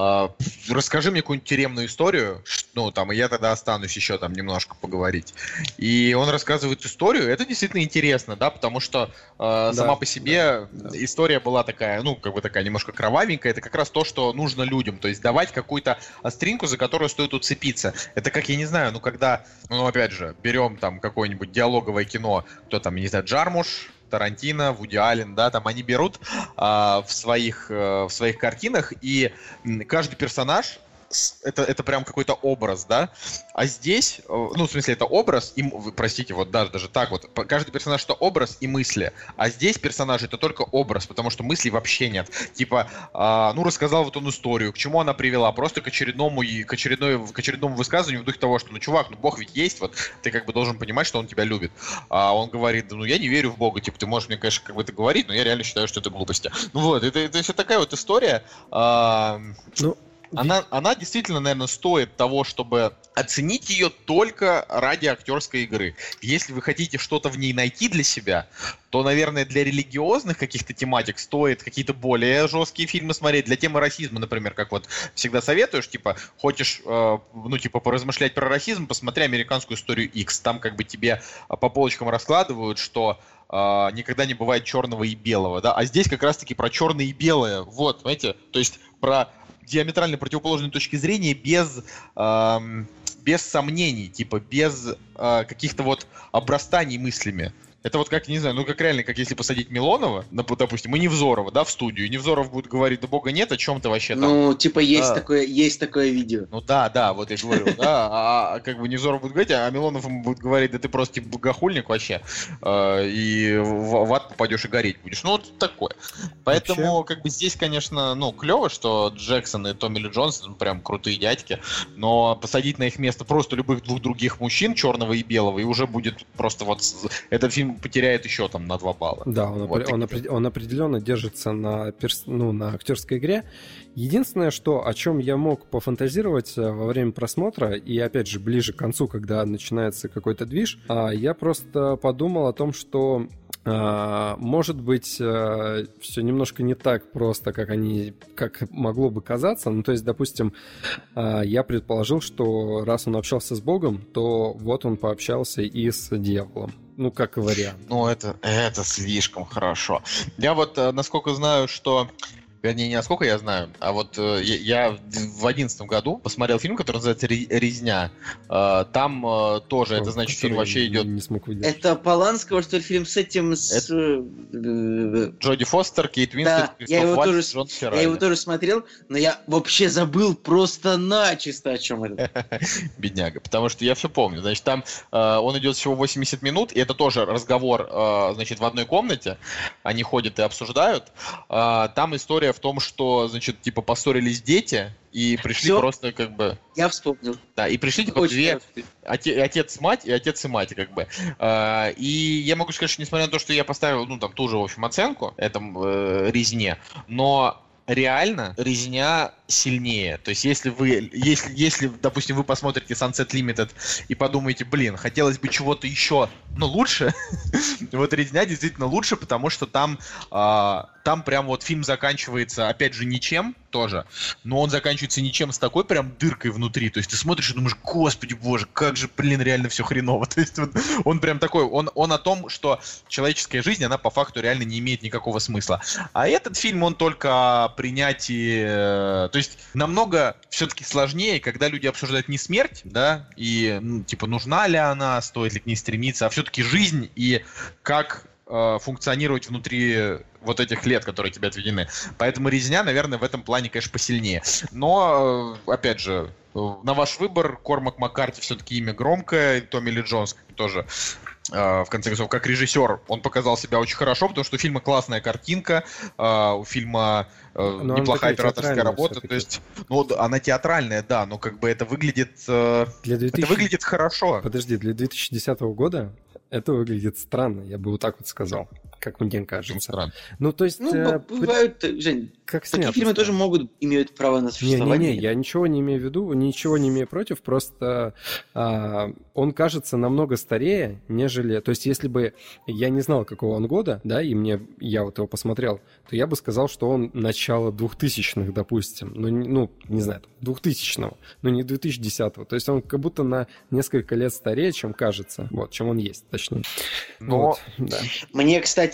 расскажи мне какую-нибудь тюремную историю, ну, там, и я тогда останусь еще там немножко поговорить. И он рассказывает историю, это действительно интересно, да, потому что э, да, сама по себе да, да. история была такая, ну, как бы такая немножко кровавенькая, это как раз то, что нужно людям, то есть давать какую-то остринку, за которую стоит уцепиться. Это как, я не знаю, ну, когда, ну, опять же, берем там какое-нибудь диалоговое кино, кто там, я не знаю, Джармуш, Тарантино, Вуди Аллен, да, там они берут а, в, своих, а, в своих картинах, и каждый персонаж Это, это прям какой-то образ, да? А здесь, ну, в смысле, это образ, и, простите, вот даже, даже так вот, каждый персонаж это образ и мысли, а здесь персонажи это только образ, потому что мыслей вообще нет. Типа, а, ну, рассказал вот он историю, к чему она привела, просто к очередному, к, очередной, к очередному высказыванию в духе того, что, ну, чувак, ну, Бог ведь есть, вот, ты как бы должен понимать, что он тебя любит. А он говорит, ну, я не верю в Бога, типа, ты можешь мне, конечно, как бы это говорить, но я реально считаю, что это глупости. Ну, вот, это, это все такая вот история. А, ну, Она, она действительно, наверное, стоит того, чтобы оценить ее только ради актерской игры. Если вы хотите что-то в ней найти для себя, то, наверное, для религиозных каких-то тематик стоит какие-то более жесткие фильмы смотреть. Для темы расизма, например, как вот всегда советуешь, типа, хочешь, э, ну, типа, поразмышлять про расизм, посмотри «Американскую историю Икс». Там как бы тебе по полочкам раскладывают, что Uh, никогда не бывает черного и белого, да, а здесь как раз-таки про черное и белое, вот, понимаете, то есть про диаметрально противоположные точки зрения без, uh, без сомнений, типа без uh, каких-то вот обрастаний мыслями. Это вот как, не знаю, ну как реально, как если посадить Милонова, допустим, и Невзорова, да, в студию, и Невзоров будет говорить, да бога нет, о чем ты вообще там? Ну, типа, есть, да. такое, есть такое видео. Ну да, да, вот я говорю, да, а, а как бы Невзоров будет говорить, а Милонов ему будет говорить, да ты просто типа богохульник вообще, э, и в, в ад попадешь и гореть будешь. Ну вот такое. Поэтому, вообще, как бы здесь, конечно, ну, клево, что Джексон и Томми Ли Джонс, ну, прям крутые дядьки, но посадить на их место просто любых двух других мужчин, черного и белого, и уже будет просто вот... Этот фильм потеряет еще там на два балла. Да, он, вот, опри- он, опри- он определенно держится на, перс- ну, на актерской игре. Единственное, что, о чем я мог пофантазировать во время просмотра, и опять же ближе к концу, когда начинается какой-то движ, я просто подумал о том, что может быть все немножко не так просто, как они, как могло бы казаться. Ну, то есть, допустим, я предположил, что раз он общался с Богом, то вот он пообщался и с дьяволом. Ну, как вариант. Ну, это, это слишком хорошо. Я вот, насколько знаю, что... Вернее, не насколько я знаю, а вот э, я в одиннадцатом году посмотрел фильм, который называется «Резня». Э, там э, тоже, О, это значит, фильм вообще идет... Не смог увидеть. Это Поланского, что ли, фильм с этим... С... Это... Джоди Фостер, Кейт Уинслет, да, Кристоф я Вальц, тоже, Джон Си Райли. Я его тоже смотрел, но я вообще забыл просто начисто, о чем это. Бедняга, потому что я все помню. Значит, там э, он идет всего восемьдесят минут, и это тоже разговор, э, значит, в одной комнате. Они ходят и обсуждают. Э, там история в том, что, значит, типа поссорились дети и пришли Всё? просто как бы... Я вспомнил. Да, и пришли типа Очень две... Оте... Отец, мать и отец и мать, как бы. А, и я могу сказать, что несмотря на то, что я поставил, ну, там, ту же, в общем, оценку этому э, резне, но реально резня сильнее. То есть, если вы, если, если, допустим, вы посмотрите Sunset Limited и подумаете, блин, хотелось бы чего-то еще, но лучше, вот резня действительно лучше, потому что там, а, там прям вот фильм заканчивается, опять же, ничем тоже, но он заканчивается ничем с такой прям дыркой внутри. То есть, ты смотришь и думаешь, господи боже, как же, блин, реально все хреново. То есть, вот, он прям такой, он, он о том, что человеческая жизнь, она по факту реально не имеет никакого смысла. А этот фильм, он только о принятии... То есть, намного все-таки сложнее, когда люди обсуждают не смерть, да, и, ну, типа, нужна ли она, стоит ли к ней стремиться, а все-таки жизнь и как э, функционировать внутри вот этих лет, которые тебе отведены. Поэтому резня, наверное, в этом плане, конечно, посильнее. Но, э, опять же, на ваш выбор, Кормак Маккарти все-таки имя громкое, Томми Ли Джонс тоже... в конце концов, как режиссер, он показал себя очень хорошо, потому что у фильма классная картинка, у фильма но неплохая операторская работа, то есть, ну, она театральная, да, но как бы это выглядит, для две тысячи... это выглядит хорошо. Подожди, для две тысячи десятого года это выглядит странно, я бы вот так вот сказал. Как мне кажется. Странно. Ну, то есть... Ну, э, бывают, Жень, как такие фильмы тоже могут, имеют право на существование. Не-не-не, я ничего не имею в виду, ничего не имею против, просто а, он кажется намного старее, нежели... То есть, если бы я не знал, какого он года, да, и мне я вот его посмотрел, то я бы сказал, что он начало двухтысячных, допустим. Ну, не, ну, не знаю, двухтысячного, но не две тысячи десятого. То есть, он как будто на несколько лет старее, чем кажется, вот, чем он есть, точнее. Но... Вот, да. Мне, кстати,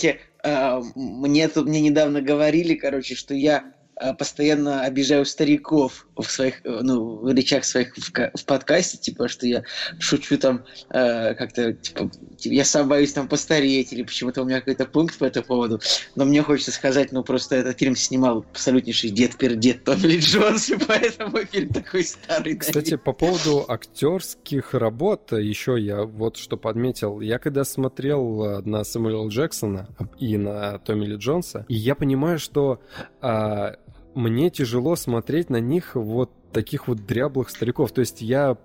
мне тут мне недавно говорили, короче, что я постоянно обижаю стариков в своих, ну, в речах своих в, в подкасте, типа, что я шучу там э, как-то, типа, я сам боюсь там постареть, или почему-то у меня какой-то пункт по этому поводу. Но мне хочется сказать, ну, просто этот фильм снимал абсолютнейший дед-пердед Томми Ли Джонс, и поэтому фильм такой старый. Кстати, наверное. По поводу актерских работ, еще я вот что подметил. Я когда смотрел на Сэмюэла Джексона и на Томми Ли Джонса, и я понимаю, что а, мне тяжело смотреть на них вот таких вот дряблых стариков. То есть я,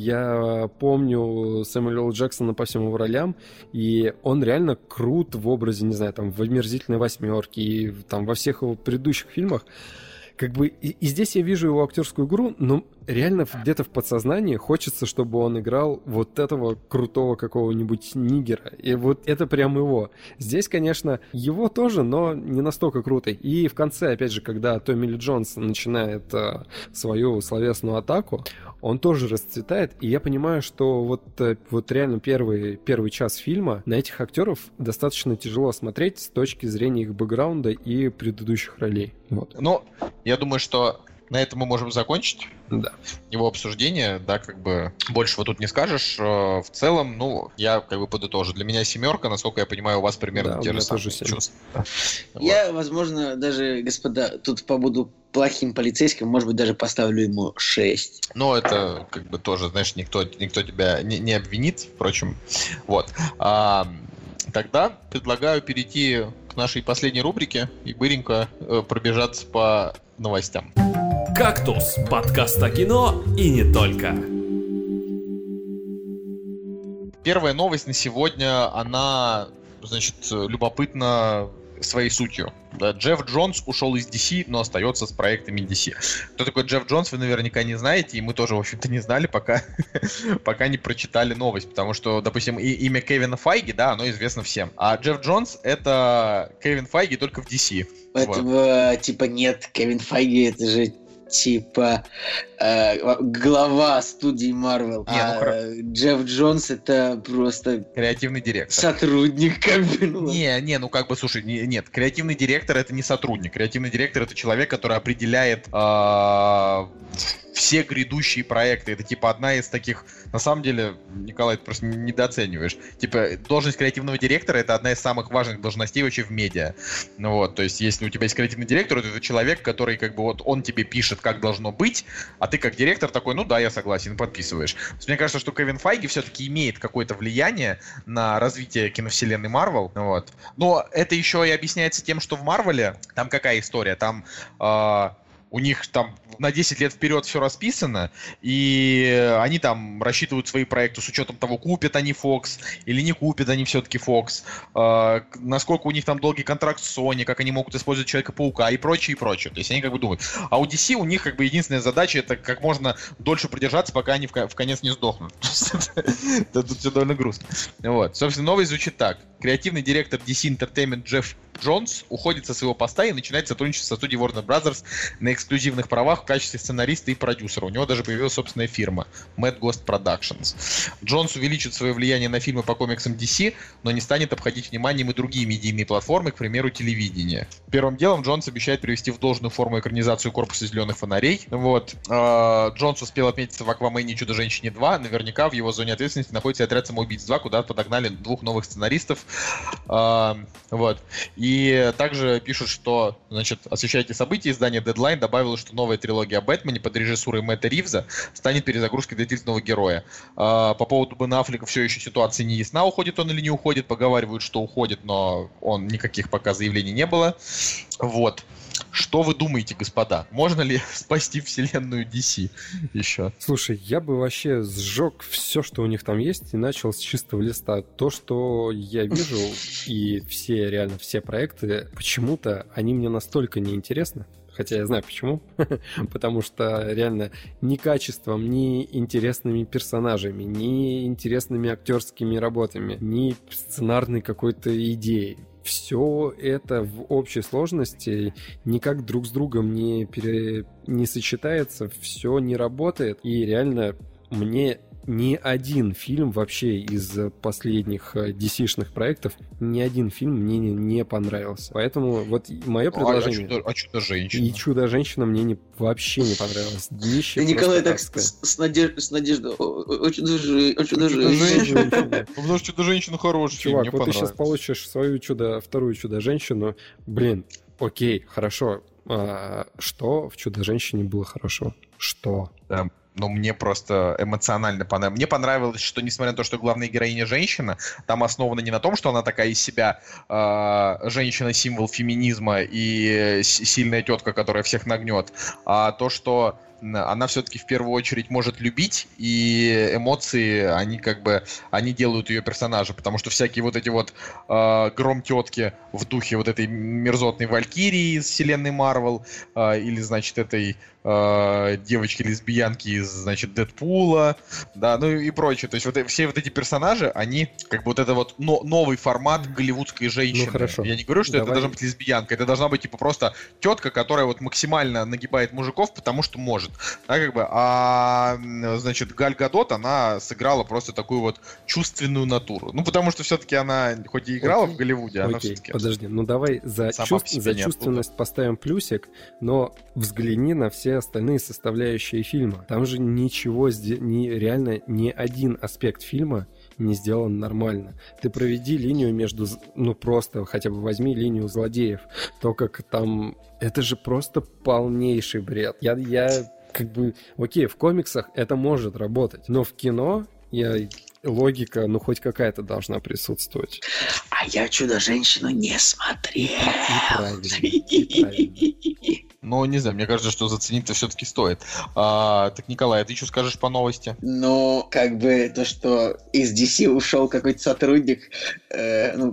я помню Сэмюэла Джексона по всем его ролям, и он реально крут в образе, не знаю, там, в «Омерзительной восьмерке» и там во всех его предыдущих фильмах. Как бы и, и здесь я вижу его актерскую игру, но реально где-то в подсознании хочется, чтобы он играл вот этого крутого какого-нибудь нигера. И вот это прям его. Здесь, конечно, его тоже, но не настолько круто. И в конце, опять же, когда Томми Ли Джонс начинает а, свою словесную атаку, он тоже расцветает. И я понимаю, что вот, вот реально первый, первый час фильма на этих актеров достаточно тяжело смотреть с точки зрения их бэкграунда и предыдущих ролей. Вот. Ну, я думаю, что на этом мы можем закончить Да. его обсуждение, да, как бы большего тут не скажешь. В целом, ну, я как бы подытожу. Для меня семерка, насколько я понимаю, у вас примерно Да, те у же меня самые тоже семь. чувства. Да. Я, возможно, даже, господа, тут побуду плохим полицейским, может быть, даже поставлю ему шесть. Но это как бы тоже, знаешь, никто, никто тебя не, не обвинит, впрочем. Вот. А, тогда предлагаю перейти к нашей последней рубрике и быренько э, пробежаться по новостям. «Кактус» — подкаст о кино и не только. Первая новость на сегодня, она, значит, любопытна своей сутью. Да, Джефф Джонс ушел из ди си, но остается с проектами ди си. Кто такой Джефф Джонс, вы наверняка не знаете, и мы тоже, в общем-то, не знали, пока, пока не прочитали новость, потому что, допустим, и, имя Кевина Файги, да, оно известно всем. А Джефф Джонс — это Кевин Файги только в ди си. Поэтому, вот. Типа, нет, Кевин Файги, это же типа э, глава студии Marvel, Не, ну, а хра- Джефф Джонс это просто Креативный директор. сотрудник, как бы. Ну, Не, не, ну как бы, слушай, не- нет, креативный директор — это не сотрудник. Креативный директор — это человек, который определяет а, все грядущие проекты. Это типа одна из таких, на самом деле, Николай, ты просто недооцениваешь. Типа, должность креативного директора — это одна из самых важных должностей вообще в медиа. Ну вот, то есть, если у тебя есть креативный директор, то это человек, который как бы вот он тебе пишет, как должно быть, а ты как директор такой, ну да, я согласен, подписываешь. То есть, мне кажется, что Кевин Файги все-таки имеет какое-то влияние на развитие киновселенной Marvel. Вот. Но это еще и объясняется тем, что в Марвеле там какая история? Там э, у них там на десять лет вперед все расписано, и они там рассчитывают свои проекты с учетом того, купят они Fox или не купят они все-таки Fox, э, насколько у них там долгий контракт с Sony, как они могут использовать Человека-паука и прочее, и прочее. То есть они как бы думают. А у ди си у них как бы единственная задача — это как можно дольше продержаться, пока они в, в конец не сдохнут. Тут все довольно грустно. Вот. Собственно, новость звучит так. Креативный директор ди си Entertainment Джефф Джонс уходит со своего поста и начинает сотрудничать со студией Warner Brothers на эксклюзивных правах в качестве сценариста и продюсера. У него даже появилась собственная фирма Mad Ghost Productions. Джонс увеличит свое влияние на фильмы по комиксам ди си, но не станет обходить вниманием и другие медийные платформы, к примеру, телевидение. Первым делом Джонс обещает привести в должную форму экранизацию «Корпуса зеленых фонарей». Вот. Джонс успел отметиться в «Аквамене» и «Чудо-женщине два». Наверняка в его зоне ответственности находится «Отряд самоубийц два», куда подогнали двух новых сценаристов. Вот. И также пишут, что, значит, освещаете события, издание Deadline добавило, что новая трилогия о Бэтмене под режиссурой Мэтта Ривза станет перезагрузкой дополнительного героя. По поводу Бен Аффлека все еще ситуация не ясна, уходит он или не уходит. Поговаривают, что уходит, но он никаких пока заявлений не было. Вот. Что вы думаете, господа? Можно ли спасти вселенную ди си еще? Слушай, я бы вообще сжег все, что у них там есть, и начал с чистого листа. То, что я вижу, и все, реально все проекты, почему-то они мне настолько неинтересны. Хотя я знаю почему. Потому что реально ни качеством, ни интересными персонажами, ни интересными актерскими работами, ни сценарной какой-то идеей. Все это в общей сложности никак друг с другом не, пере... не сочетается, все не работает. И реально мне ни один фильм вообще из последних ди си-шных проектов, ни один фильм мне не, не понравился. Поэтому вот мое предложение... А, а, чудо, а Чудо-женщина? И Чудо-женщина мне не, вообще не понравилось. Днище. Николай так с, с, надеж... с надеждой. О, Чудо-женщина. Потому что Чудо-женщина хорошая. Чувак, вот ты сейчас получишь свою чудо, вторую Чудо-женщину. Блин, окей, хорошо. А, что в Чудо-женщине было хорошего? Что? Да. Но мне просто эмоционально понравилось. Мне понравилось, что, несмотря на то, что главная героиня женщина, там основано не на том, что она такая из себя э, женщина-символ феминизма и сильная тетка, которая всех нагнет, а то, что она все-таки в первую очередь может любить, и эмоции, они как бы, они делают ее персонажа, потому что всякие вот эти вот э, гром тетки в духе вот этой мерзотной Валькирии из вселенной Марвел, э, или, значит, этой э, девочки-лесбиянки из, значит, Дэдпула, да, ну и прочее. То есть вот все вот эти персонажи, они как бы вот это вот но, новый формат голливудской женщины. Ну, хорошо. Я не говорю, что Давай. это должна быть лесбиянка, это должна быть типа просто тетка, которая вот максимально нагибает мужиков, потому что может. Да, как бы, а, значит, Галь Гадот, она сыграла просто такую вот чувственную натуру. Ну, потому что все-таки она, хоть и играла Окей. в Голливуде, она Окей, все-таки... подожди, ну давай за, чувств... за чувственность поставим плюсик, но взгляни на все остальные составляющие фильма. Там же ничего, ни, реально ни один аспект фильма не сделан нормально. Ты проведи линию между... Ну, просто хотя бы возьми линию злодеев. То, как там... Это же просто полнейший бред. Я, я как бы... Окей, в комиксах это может работать, но в кино я... логика, ну, хоть какая-то должна присутствовать. А я «Чудо-женщину» не смотрел. И правильно, и правильно. Ну, не знаю, мне кажется, что заценить-то все-таки стоит. А, так, Николай, ты что скажешь по новости? Ну, как бы то, что из ди си ушел какой-то сотрудник, э, ну,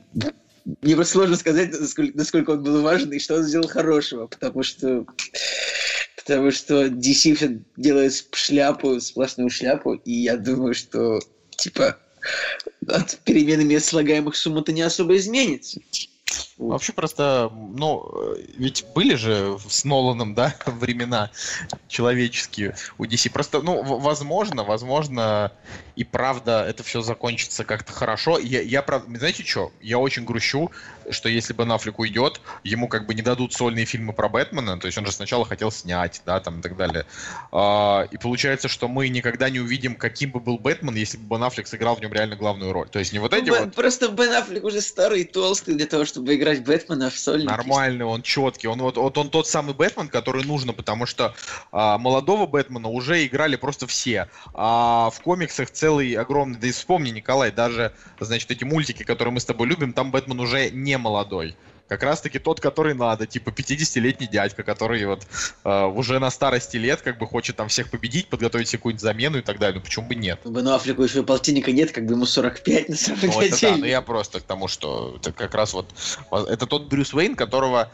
мне просто сложно сказать, насколько, насколько он был важен и что он сделал хорошего, потому что потому что ди си все делает шляпу, сплошную шляпу, и я думаю, что, типа, от перемены мест слагаемых сумма-то не особо изменится. Вообще просто, ну, ведь были же с Ноланом, да, времена человеческие у ди си. Просто, ну, возможно, возможно, и правда это все закончится как-то хорошо. Я, я правда, знаете что, я очень грущу, что если Бен Аффлек уйдет, ему как бы не дадут сольные фильмы про Бэтмена, то есть он же сначала хотел снять, да, там и так далее. А, и получается, что мы никогда не увидим, каким бы был Бэтмен, если бы Бен Аффлек сыграл в нем реально главную роль. То есть не вот эти Бен, вот... Просто Бен Аффлек уже старый и толстый для того, чтобы играть Бэтмена в сольнике. Нормальный, он четкий. Он вот, вот он тот самый Бэтмен, который нужно, потому что а, молодого Бэтмена уже играли просто все. А в комиксах целый огромный... Да и вспомни, Николай, даже, значит, эти мультики, которые мы с тобой любим, там Бэтмен уже не молодой. Как раз-таки тот, который надо, типа пятидесятилетний дядька, который вот э, уже на старости лет как бы хочет там всех победить, подготовить себе какую-нибудь замену и так далее. Ну почему бы нет? Бену Аффлеку еще полтинника нет, как бы ему сорок пять на самом ну, деле. Это да, но я просто к тому, что это как раз вот... Это тот Брюс Уэйн, которого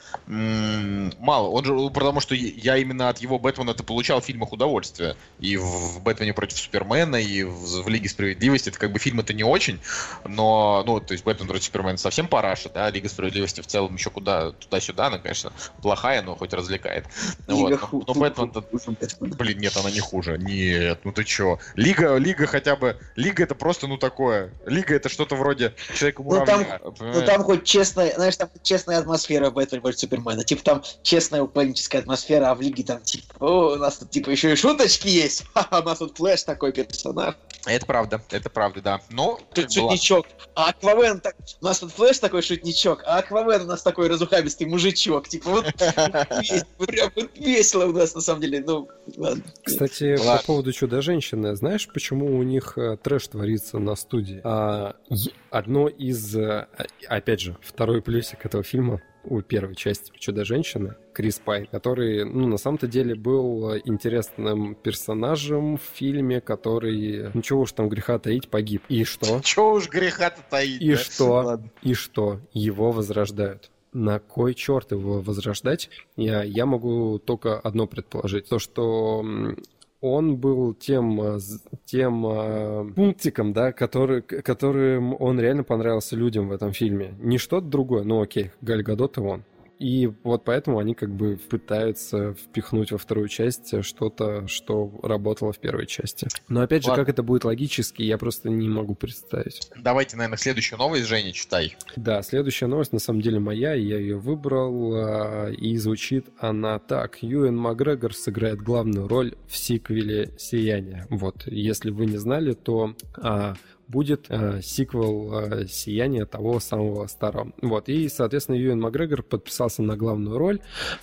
м- мало. Он же, потому что я именно от его Бэтмена-то получал в фильмах удовольствие. И в «Бэтмене против Супермена», и в, в «Лиге справедливости». Это как бы фильмы-то не очень, но, ну, то есть «Бэтмен против Супермена» совсем параша, да, «Лига справедливости» в целом еще куда туда-сюда, она, конечно, плохая, но хоть развлекает. Вот. Но, но Бэтмен-то... Блин, нет, она не хуже. Нет, ну ты чё? Лига, Лига хотя бы... Лига это просто, ну, такое. Лига это что-то вроде Человека-муравья. Ну там, ну там хоть честная, знаешь, там честная атмосфера Бэтмен против Супермена. Типа там честная упадническая атмосфера, а в Лиге там типа, о, у нас тут типа еще и шуточки есть. Ха-ха, у нас тут Флэш такой персонаж. Это правда, это правда, да. Но... Тут шутничок. А Аквамен так... У нас тут Флэш такой шутничок, а Аквамен у нас такой разухабистый мужичок. Типа вот прям весело у нас на самом деле. Ну, ладно. Кстати, по поводу Чудо-женщины, знаешь, почему у них трэш творится на студии? Одно из... Опять же, второй плюсик этого фильма у первой части Чудо-женщины, Крис Пайн, который, ну, на самом-то деле был интересным персонажем в фильме, который, ну, чего уж там греха таить, погиб. И что? Чего уж греха-то таить, И да? что? Ладно. И что? Его возрождают. На кой черт его возрождать? Я, я могу только одно предположить. То, что он был тем, тем э, пунктиком, да, который, которым он реально понравился людям в этом фильме. Не что-то другое, ну окей, Галь Гадот и он. И вот поэтому они как бы пытаются впихнуть во вторую часть что-то, что работало в первой части. Но опять же, Ладно. как это будет логически, я просто не могу представить. Давайте, наверное, следующую новость, Женя, читай. Да, следующая новость на самом деле моя, и я ее выбрал, и звучит она так. Юэн Макгрегор сыграет главную роль в сиквеле «Сияние». Вот, если вы не знали, то... А, будет э, сиквел э, «Сияния» того самого старого. Вот. И, соответственно, Юэн Макгрегор подписался на главную роль.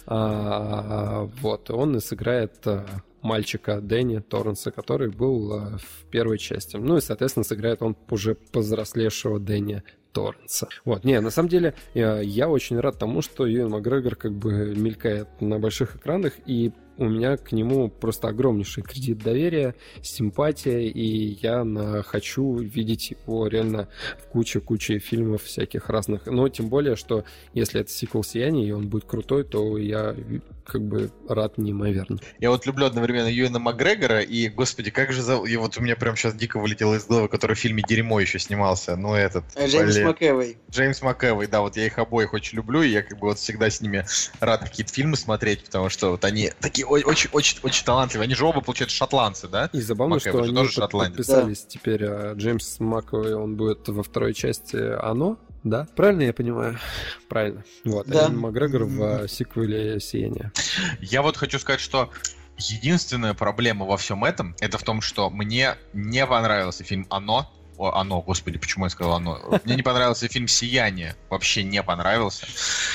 А, вот. Он и сыграет э, мальчика Дэнни Торренса, который был э, в первой части. Ну и, соответственно, сыграет он уже повзрослевшего Дэнни Торренса. Вот. Не, на самом деле, я, я очень рад тому, что Юэн Макгрегор как бы мелькает на больших экранах, и у меня к нему просто огромнейший кредит доверия, симпатия, и я на, хочу видеть его реально в куче-куче фильмов всяких разных. Но тем более, что если это сиквел «Сияния», и он будет крутой, то я как бы рад неимоверно. Я вот люблю одновременно Юэна Макгрегора и, господи, как же зовут... И вот у меня прям сейчас дико вылетело из головы, который в фильме «Дерьмо» еще снимался. Ну, этот... Джеймс блин. МcAvoy. Джеймс МcAvoy, да, вот я их обоих очень люблю, и я как бы вот всегда с ними рад какие-то фильмы смотреть, потому что вот они такие очень-очень-очень талантливые. Они же оба, получается, шотландцы, да? И забавно, McAvoy что они тоже под- шотландец. подписались да. теперь. А Джеймс МcAvoy, он будет во второй части «Оно», Да, правильно я понимаю? Правильно. Вот, Да. Эван Макгрегор в сиквеле «Сияние». Я вот хочу сказать, что единственная проблема во всем этом, это в том, что мне не понравился фильм «Оно». О, «Оно», господи, почему я сказал «Оно»? Мне не понравился фильм «Сияние». Вообще не понравился.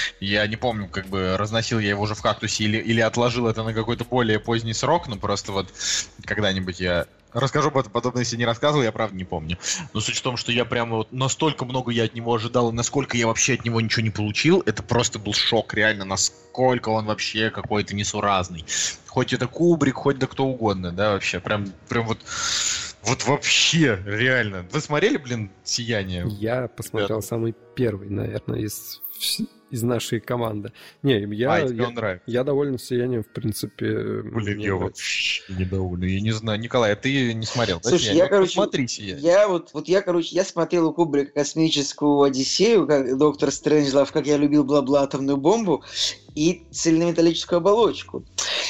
Я не помню, как бы разносил я его уже в «Кактусе» или, или отложил это на какой-то более поздний срок, но просто вот когда-нибудь я расскажу об этом подобно, если не рассказывал, я правда не помню. Но суть в том, что я прямо вот настолько много я от него ожидал, и насколько я вообще от него ничего не получил, это просто был шок, реально, насколько он вообще какой-то несуразный. Хоть это Кубрик, хоть да кто угодно, да, вообще, прям, прям вот... Вот вообще, реально. Вы смотрели, блин, «Сияние»? Я посмотрел Ребята. самый первый, наверное, из, из нашей команды. Не, я, а, тебе он я, нравится? Я доволен «Сиянием», в принципе. Блин, я вообще недоволен. Я не знаю. Николай, а ты не смотрел? Слушай, да, я, короче, посмотри «Сияние». Я вот, вот я, короче, я смотрел у Кубрика «Космическую Одиссею», как «Доктор Стрэнджлав», «Как я любил бла-бла, атомную бомбу» и «Цельнометаллическую оболочку».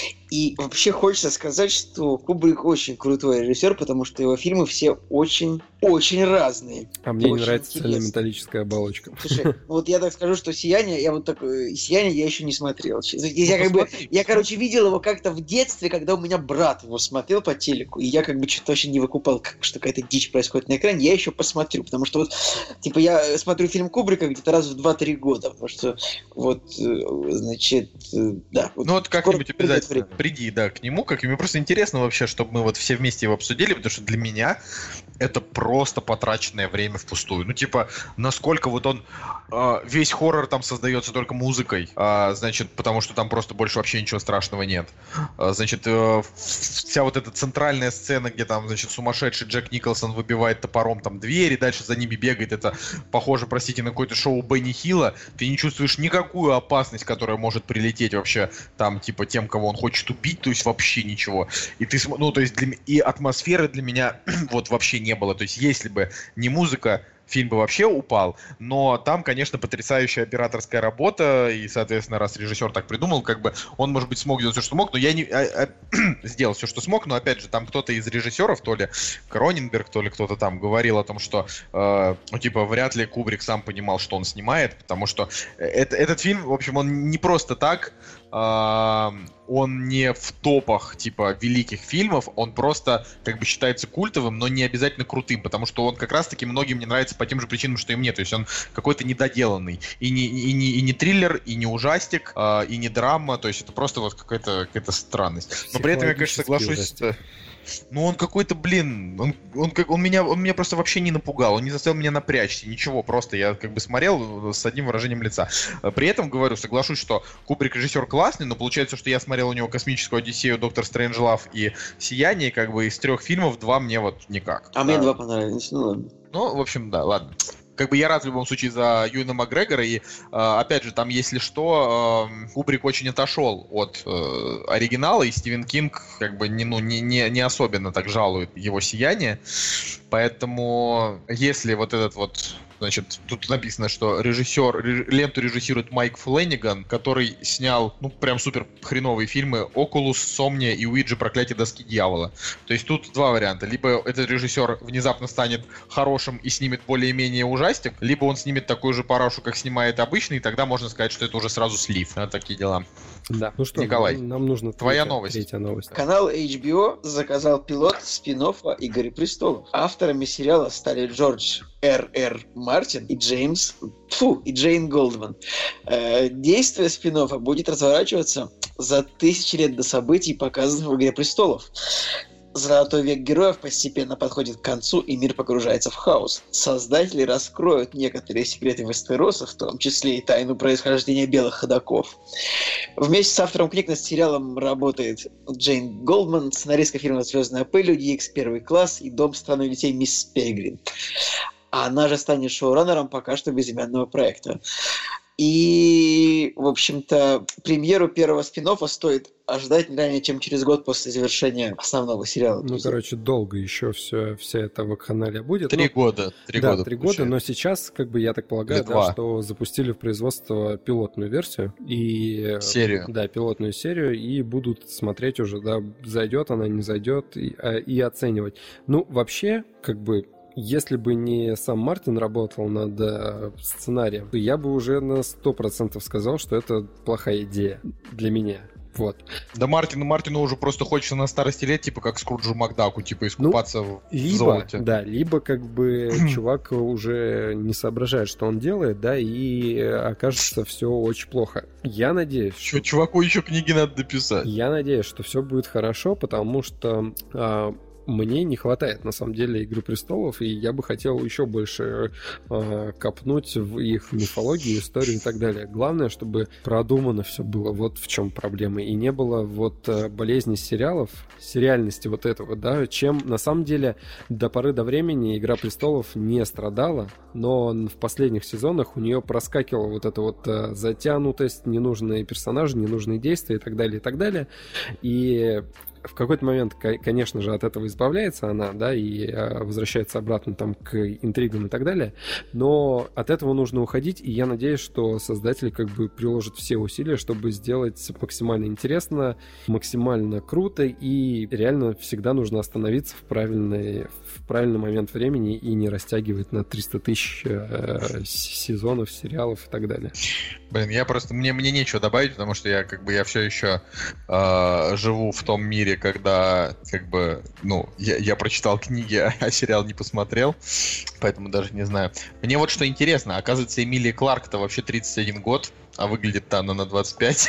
И вообще хочется сказать, что Кубрик очень крутой режиссер, потому что его фильмы все очень-очень разные. А мне очень не нравится интересные. «Цельнометаллическая оболочка». Слушай, вот я так скажу, что «Сияние», я вот такое, «Сияние» я еще не смотрел. Я, ну, как бы, я, короче, видел его как-то в детстве, когда у меня брат его смотрел по телеку, и я как бы что-то вообще не выкупал, как, что какая-то дичь происходит на экране. Я еще посмотрю, потому что вот, типа, я смотрю фильм Кубрика где-то раз в два-три года, потому что вот, значит, да. Вот, ну вот как-нибудь обязательно приди, да, к нему, как и мне просто интересно вообще, чтобы мы вот все вместе его обсудили, потому что для меня это просто потраченное время впустую. Ну, типа, насколько вот он... Э, весь хоррор там создается только музыкой, э, значит, потому что там просто больше вообще ничего страшного нет. Э, значит, э, вся вот эта центральная сцена, где там, значит, сумасшедший Джек Николсон выбивает топором там двери, дальше за ними бегает, это похоже, простите, на какое-то шоу Бенни Хилла. Ты не чувствуешь никакую опасность, которая может прилететь вообще там, типа, тем, кого он хочет убить, то есть вообще ничего. И ты, ну, то есть, для, и атмосферы для меня вот вообще не было. То есть, если бы не музыка, фильм бы вообще упал, но там, конечно, потрясающая операторская работа, и, соответственно, раз режиссер так придумал, как бы он, может быть, смог сделать все, что мог, но я не а, а, сделал все, что смог, но, опять же, там кто-то из режиссеров, то ли Кроненберг, то ли кто-то там говорил о том, что, э, ну, типа, вряд ли Кубрик сам понимал, что он снимает, потому что это, этот фильм, в общем, он не просто так, Uh, он не в топах, типа, великих фильмов, он просто, как бы, считается культовым, но не обязательно крутым, потому что он как раз-таки многим не нравится по тем же причинам, что и мне, то есть он какой-то недоделанный, и не, и не, и не триллер, и не ужастик, uh, и не драма, то есть это просто вот какая-то, какая-то странность. Но при этом я, конечно, соглашусь... Ну, он какой-то, блин, он, он, как, он, меня, он меня просто вообще не напугал, он не заставил меня напрячься, ничего, просто я как бы смотрел с одним выражением лица. При этом, говорю, соглашусь, что Кубрик режиссер классный, но получается, что я смотрел у него «Космическую Одиссею», «Доктор Стрэнджлав» и «Сияние», как бы из трех фильмов два мне вот никак. А да. Мне два понравились, ну ладно. Ну, в общем, да, ладно. Как бы я рад в любом случае за Юэна Макгрегора, и, э, опять же, там, если что, э, Кубрик очень отошел от э, оригинала, и Стивен Кинг, как бы, не, ну, не, не, не особенно так жалует его «Сияние», поэтому, если вот этот вот... Значит, тут написано, что режиссер, ленту режиссирует Майк Флэниган, который снял, ну, прям супер хреновые фильмы «Окулус», «Сомния» и «Уиджи. Проклятие доски дьявола». То есть тут два варианта. Либо этот режиссер внезапно станет хорошим и снимет более-менее ужастик, либо он снимет такую же парашу, как снимает обычный, и тогда можно сказать, что это уже сразу слив. Вот такие дела. Да. Ну что, Николай, нам, нам нужно твоя третья, новость. Третья новость. Канал эйч би о заказал пилот спин-оффа «Игры престолов». Авторами сериала стали Джордж Р Р Мартин и Джеймс, фу, и Джейн Голдман. Э, действие спин-оффа будет разворачиваться за тысячи лет до событий, показанных в «Игре престолов». Золотой век героев постепенно подходит к концу, и мир погружается в хаос. Создатели раскроют некоторые секреты Вестероса, в том числе и тайну происхождения белых ходоков. Вместе с автором книг над сериалом работает Джейн Голдман, сценаристка фильма «Звездная пыль», «Люди Икс», «Первый класс» и «Дом страны детей» мисс Пегрин. А она же станет шоураннером пока что безымянного проекта. И, в общем-то, премьеру первого спин-оффа стоит ожидать не ранее, чем через год после завершения основного сериала. Ну, короче, долго еще все, вся эта вакханалия будет. Три но... года. Три да, года. три года, но сейчас, как бы, я так полагаю, да, что запустили в производство пилотную версию. И... Серию. Да, пилотную серию, и будут смотреть уже, да, зайдет она, не зайдет, и, и оценивать. Ну, вообще, как бы, если бы не сам Мартин работал над э, сценарием, то я бы уже на сто процентов сказал, что это плохая идея для меня. Вот. Да Мартину, Мартину уже просто хочется на старости лет, типа как Скруджу Макдаку, типа искупаться ну, в либо, золоте. Да, либо как бы чувак уже не соображает, что он делает, да, и окажется все очень плохо. Я надеюсь... Что, что... чуваку еще книги надо дописать. Я надеюсь, что все будет хорошо, потому что... А, мне не хватает, на самом деле, «Игры престолов», и я бы хотел еще больше э, копнуть в их мифологию, историю и так далее. Главное, чтобы продумано все было, вот в чем проблема, и не было вот э, болезни сериалов, сериальности вот этого, да, чем, на самом деле, до поры до времени «Игра престолов» не страдала, но в последних сезонах у нее проскакивала вот эта вот э, затянутость, ненужные персонажи, ненужные действия и так далее, и так далее, и... В какой-то момент, конечно же, от этого избавляется она, да, и возвращается обратно там к интригам и так далее, но от этого нужно уходить, и я надеюсь, что создатели как бы приложат все усилия, чтобы сделать максимально интересно, максимально круто, и реально всегда нужно остановиться в правильный, в правильный момент времени и не растягивать на триста тысяч э, сезонов, сериалов и так далее. Блин, я просто, мне, мне нечего добавить, потому что я как бы, я все еще э, живу в том мире, когда, как бы, ну, я, я прочитал книги, а, а сериал не посмотрел, поэтому даже не знаю. Мне вот что интересно, оказывается, Эмилия Кларк-то вообще тридцать один год, а выглядит-то она на двадцать пять.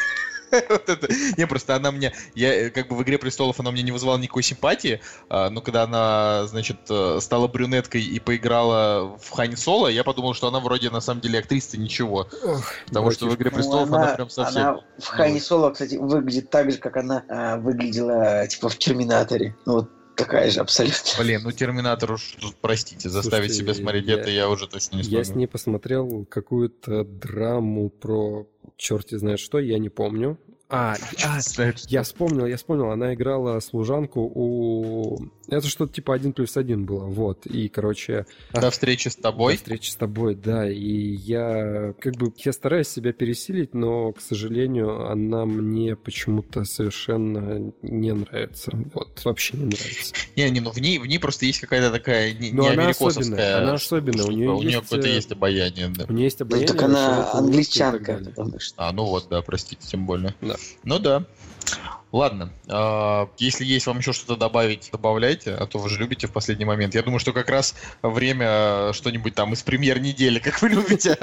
Вот это. Не, просто она мне... Я, как бы в «Игре престолов» она мне не вызывала никакой симпатии, а, но когда она, значит, стала брюнеткой и поиграла в Хань Соло, я подумал, что она вроде, на самом деле, актриса ничего. Ох, потому что в «Игре престолов» ну, она, она прям совсем... Она в Хань Соло, кстати, выглядит так же, как она а, выглядела, типа, в «Терминаторе». Ну, вот такая же абсолютно. Блин, ну «Терминатор» уж, простите, заставить себя смотреть я, это я уже точно не смогу. Я с ней посмотрел какую-то драму про черти знает что, я не помню. А, а я вспомнил, я вспомнил, она играла служанку у... Это что-то типа один плюс один было, вот, и, короче... До встречи с тобой? До встречи с тобой, да, и я, как бы, я стараюсь себя пересилить, но, к сожалению, она мне почему-то совершенно не нравится, вот, вообще не нравится. Не, не, ну в ней, в ней просто есть какая-то такая не, но не она америкосовская... Особенная, она особенная, у нее у есть... нее какое-то есть обаяние, да. У нее есть обаяние. Ну, так она англичанка, потому что... А, ну вот, да, простите, тем более. Да. Ну да. Ладно, э, если есть вам еще что-то добавить, добавляйте, а то вы же любите в последний момент. Я думаю, что как раз время что-нибудь там из премьер-недели, как вы любите.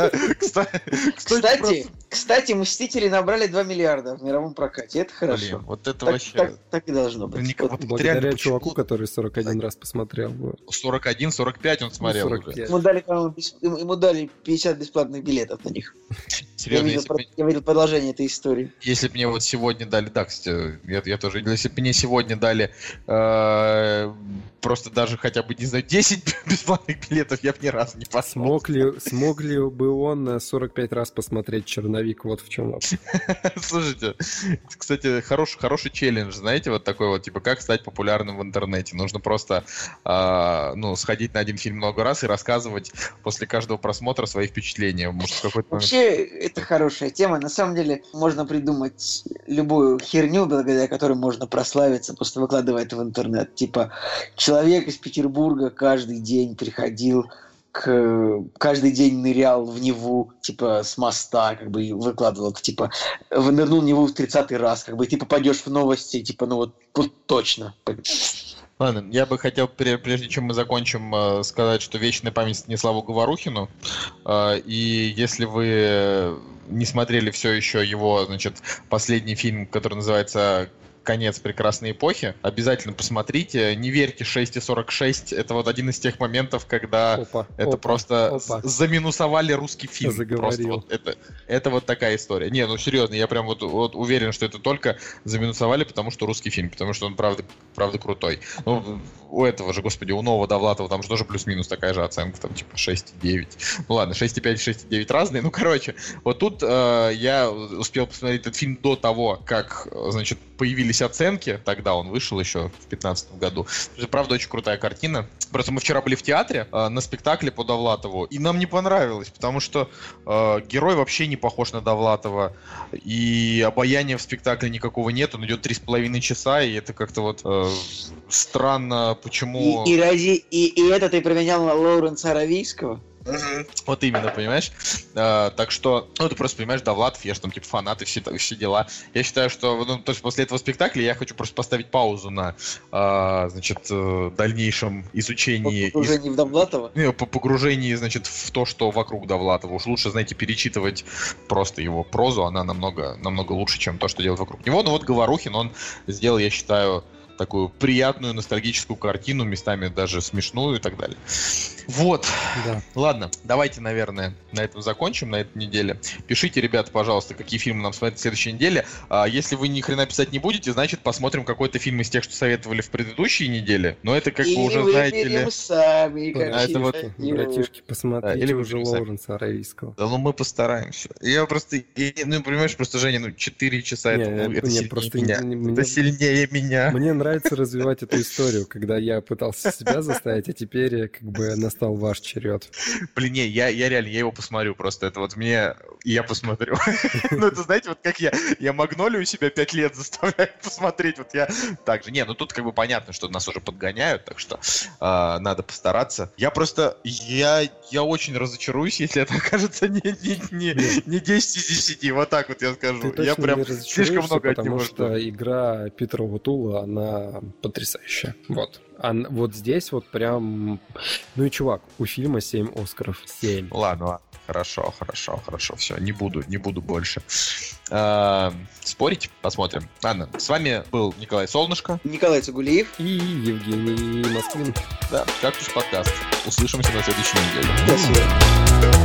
Кстати, кстати, «Мстители» набрали два миллиарда в мировом прокате, это хорошо. Вот это вообще... Так и должно быть. Благодаря чуваку, который сорок один раз посмотрел. сорок один сорок пять он смотрел уже. Ему дали, ему дали пятьдесят бесплатных билетов на них. Серьезно, я видел продолжение этой истории. Если бы мне вот сегодня дали, да, кстати, я, я тоже, если бы мне сегодня дали э, просто даже хотя бы, не знаю, десять бесплатных билетов, я бы ни разу не посмотрел. Смог ли, смог ли бы он сорок пять раз посмотреть «Черновик», вот в чем вопрос. Слушайте, кстати, хороший, хороший челлендж, знаете, вот такой вот, типа, как стать популярным в интернете. Нужно просто, э, ну, сходить на один фильм много раз и рассказывать после каждого просмотра свои впечатления. Может, в какой-то момент... Вообще, это хорошая тема. На самом деле, можно придумать любую херню, благодаря которой можно прославиться, просто выкладывая это в интернет. Типа, человек из Петербурга каждый день приходил к... каждый день нырял в Неву, типа, с моста, как бы, и выкладывал, типа, нырнул в Неву в тридцатый раз, как бы, и ты попадешь в новости, типа, ну вот, вот точно. Ладно, я бы хотел, прежде чем мы закончим, сказать, что вечная память Станиславу Говорухину. И если вы не смотрели все еще его, значит, последний фильм, который называется «Конец прекрасной эпохи», обязательно посмотрите. Не верьте шесть сорок шесть. Это вот один из тех моментов, когда опа, это опа, просто опа. заминусовали русский фильм. Просто вот это, это вот такая история. Не, ну серьезно, я прям вот, вот уверен, что это только заминусовали, потому что русский фильм, потому что он правда, правда крутой. Ну, у этого же, господи, у нового Довлатова там же тоже плюс-минус такая же оценка, там типа шесть и девять. Ну ладно, шесть и пять и шесть и девять разные. Ну, короче, вот тут э, я успел посмотреть этот фильм до того, как, значит, появились оценки, тогда он вышел еще в две тысячи пятнадцатом году. Это, правда, очень крутая картина. Просто мы вчера были в театре э, на спектакле по Довлатову, и нам не понравилось, потому что э, герой вообще не похож на Довлатова, и обаяния в спектакле никакого нет, он идет три с половиной часа, и это как-то вот э, странно, почему... И, и, ради, и, и это ты променял на Лоуренса Аравийского? Uh-huh. Вот именно, понимаешь? А, так что, ну, ты просто понимаешь, Довлатов, я же там, типа, фанат и все, все дела. Я считаю, что, ну, то есть после этого спектакля я хочу просто поставить паузу на, а, значит, дальнейшем изучении... По погружении из... в Довлатова? Не, по погружении, значит, в то, что вокруг Довлатова. Уж лучше, знаете, перечитывать просто его прозу, она намного, намного лучше, чем то, что делает вокруг него. Ну, вот Говорухин, он сделал, я считаю, такую приятную ностальгическую картину, местами даже смешную и так далее. Вот. Да. Ладно, давайте, наверное, на этом закончим, на этой неделе. Пишите, ребята, пожалуйста, какие фильмы нам смотреть в следующей неделе. А если вы ни хрена писать не будете, значит, посмотрим какой-то фильм из тех, что советовали в предыдущей неделе. Но это как и бы уже, знаете ли... сами, как а это вот, братишки, посмотрите, да, или уже Лоуренса Аравийского. Да, ну мы постараемся. Я просто, я, ну, понимаешь, просто, Женя, ну, четыре часа, не, это, ну, это сильнее просто меня. Не, мне, это сильнее меня. Мне нравится развивать эту историю, когда я пытался себя заставить, а теперь как бы настал ваш черед. Блин, не, я, я реально, я его посмотрю просто. Это вот мне... И я посмотрю. Ну, это, знаете, вот как я... Я Магнолию себя пять лет заставляю посмотреть. Вот я так же. Не, ну тут как бы понятно, что нас уже подгоняют, так что надо постараться. Я просто... Я, я очень разочаруюсь, если это окажется не, не, не, не десять из десяти. Вот так вот я скажу. Ты я прям слишком много от него жду. Потому что игра Питера O'Тooла, она потрясающая. Вот. А вот здесь вот прям... Ну и, чувак, у фильма семь Оскаров. семь. Ладно, ладно. Хорошо, хорошо, хорошо. Все, не буду, не буду больше. А, спорить? Посмотрим. Ладно, с вами был Николай Солнышко. Николай Цугулиев. И Евгений Москвин. Да, «Кактус» подкаст. Услышимся на следующей неделе. До свидания.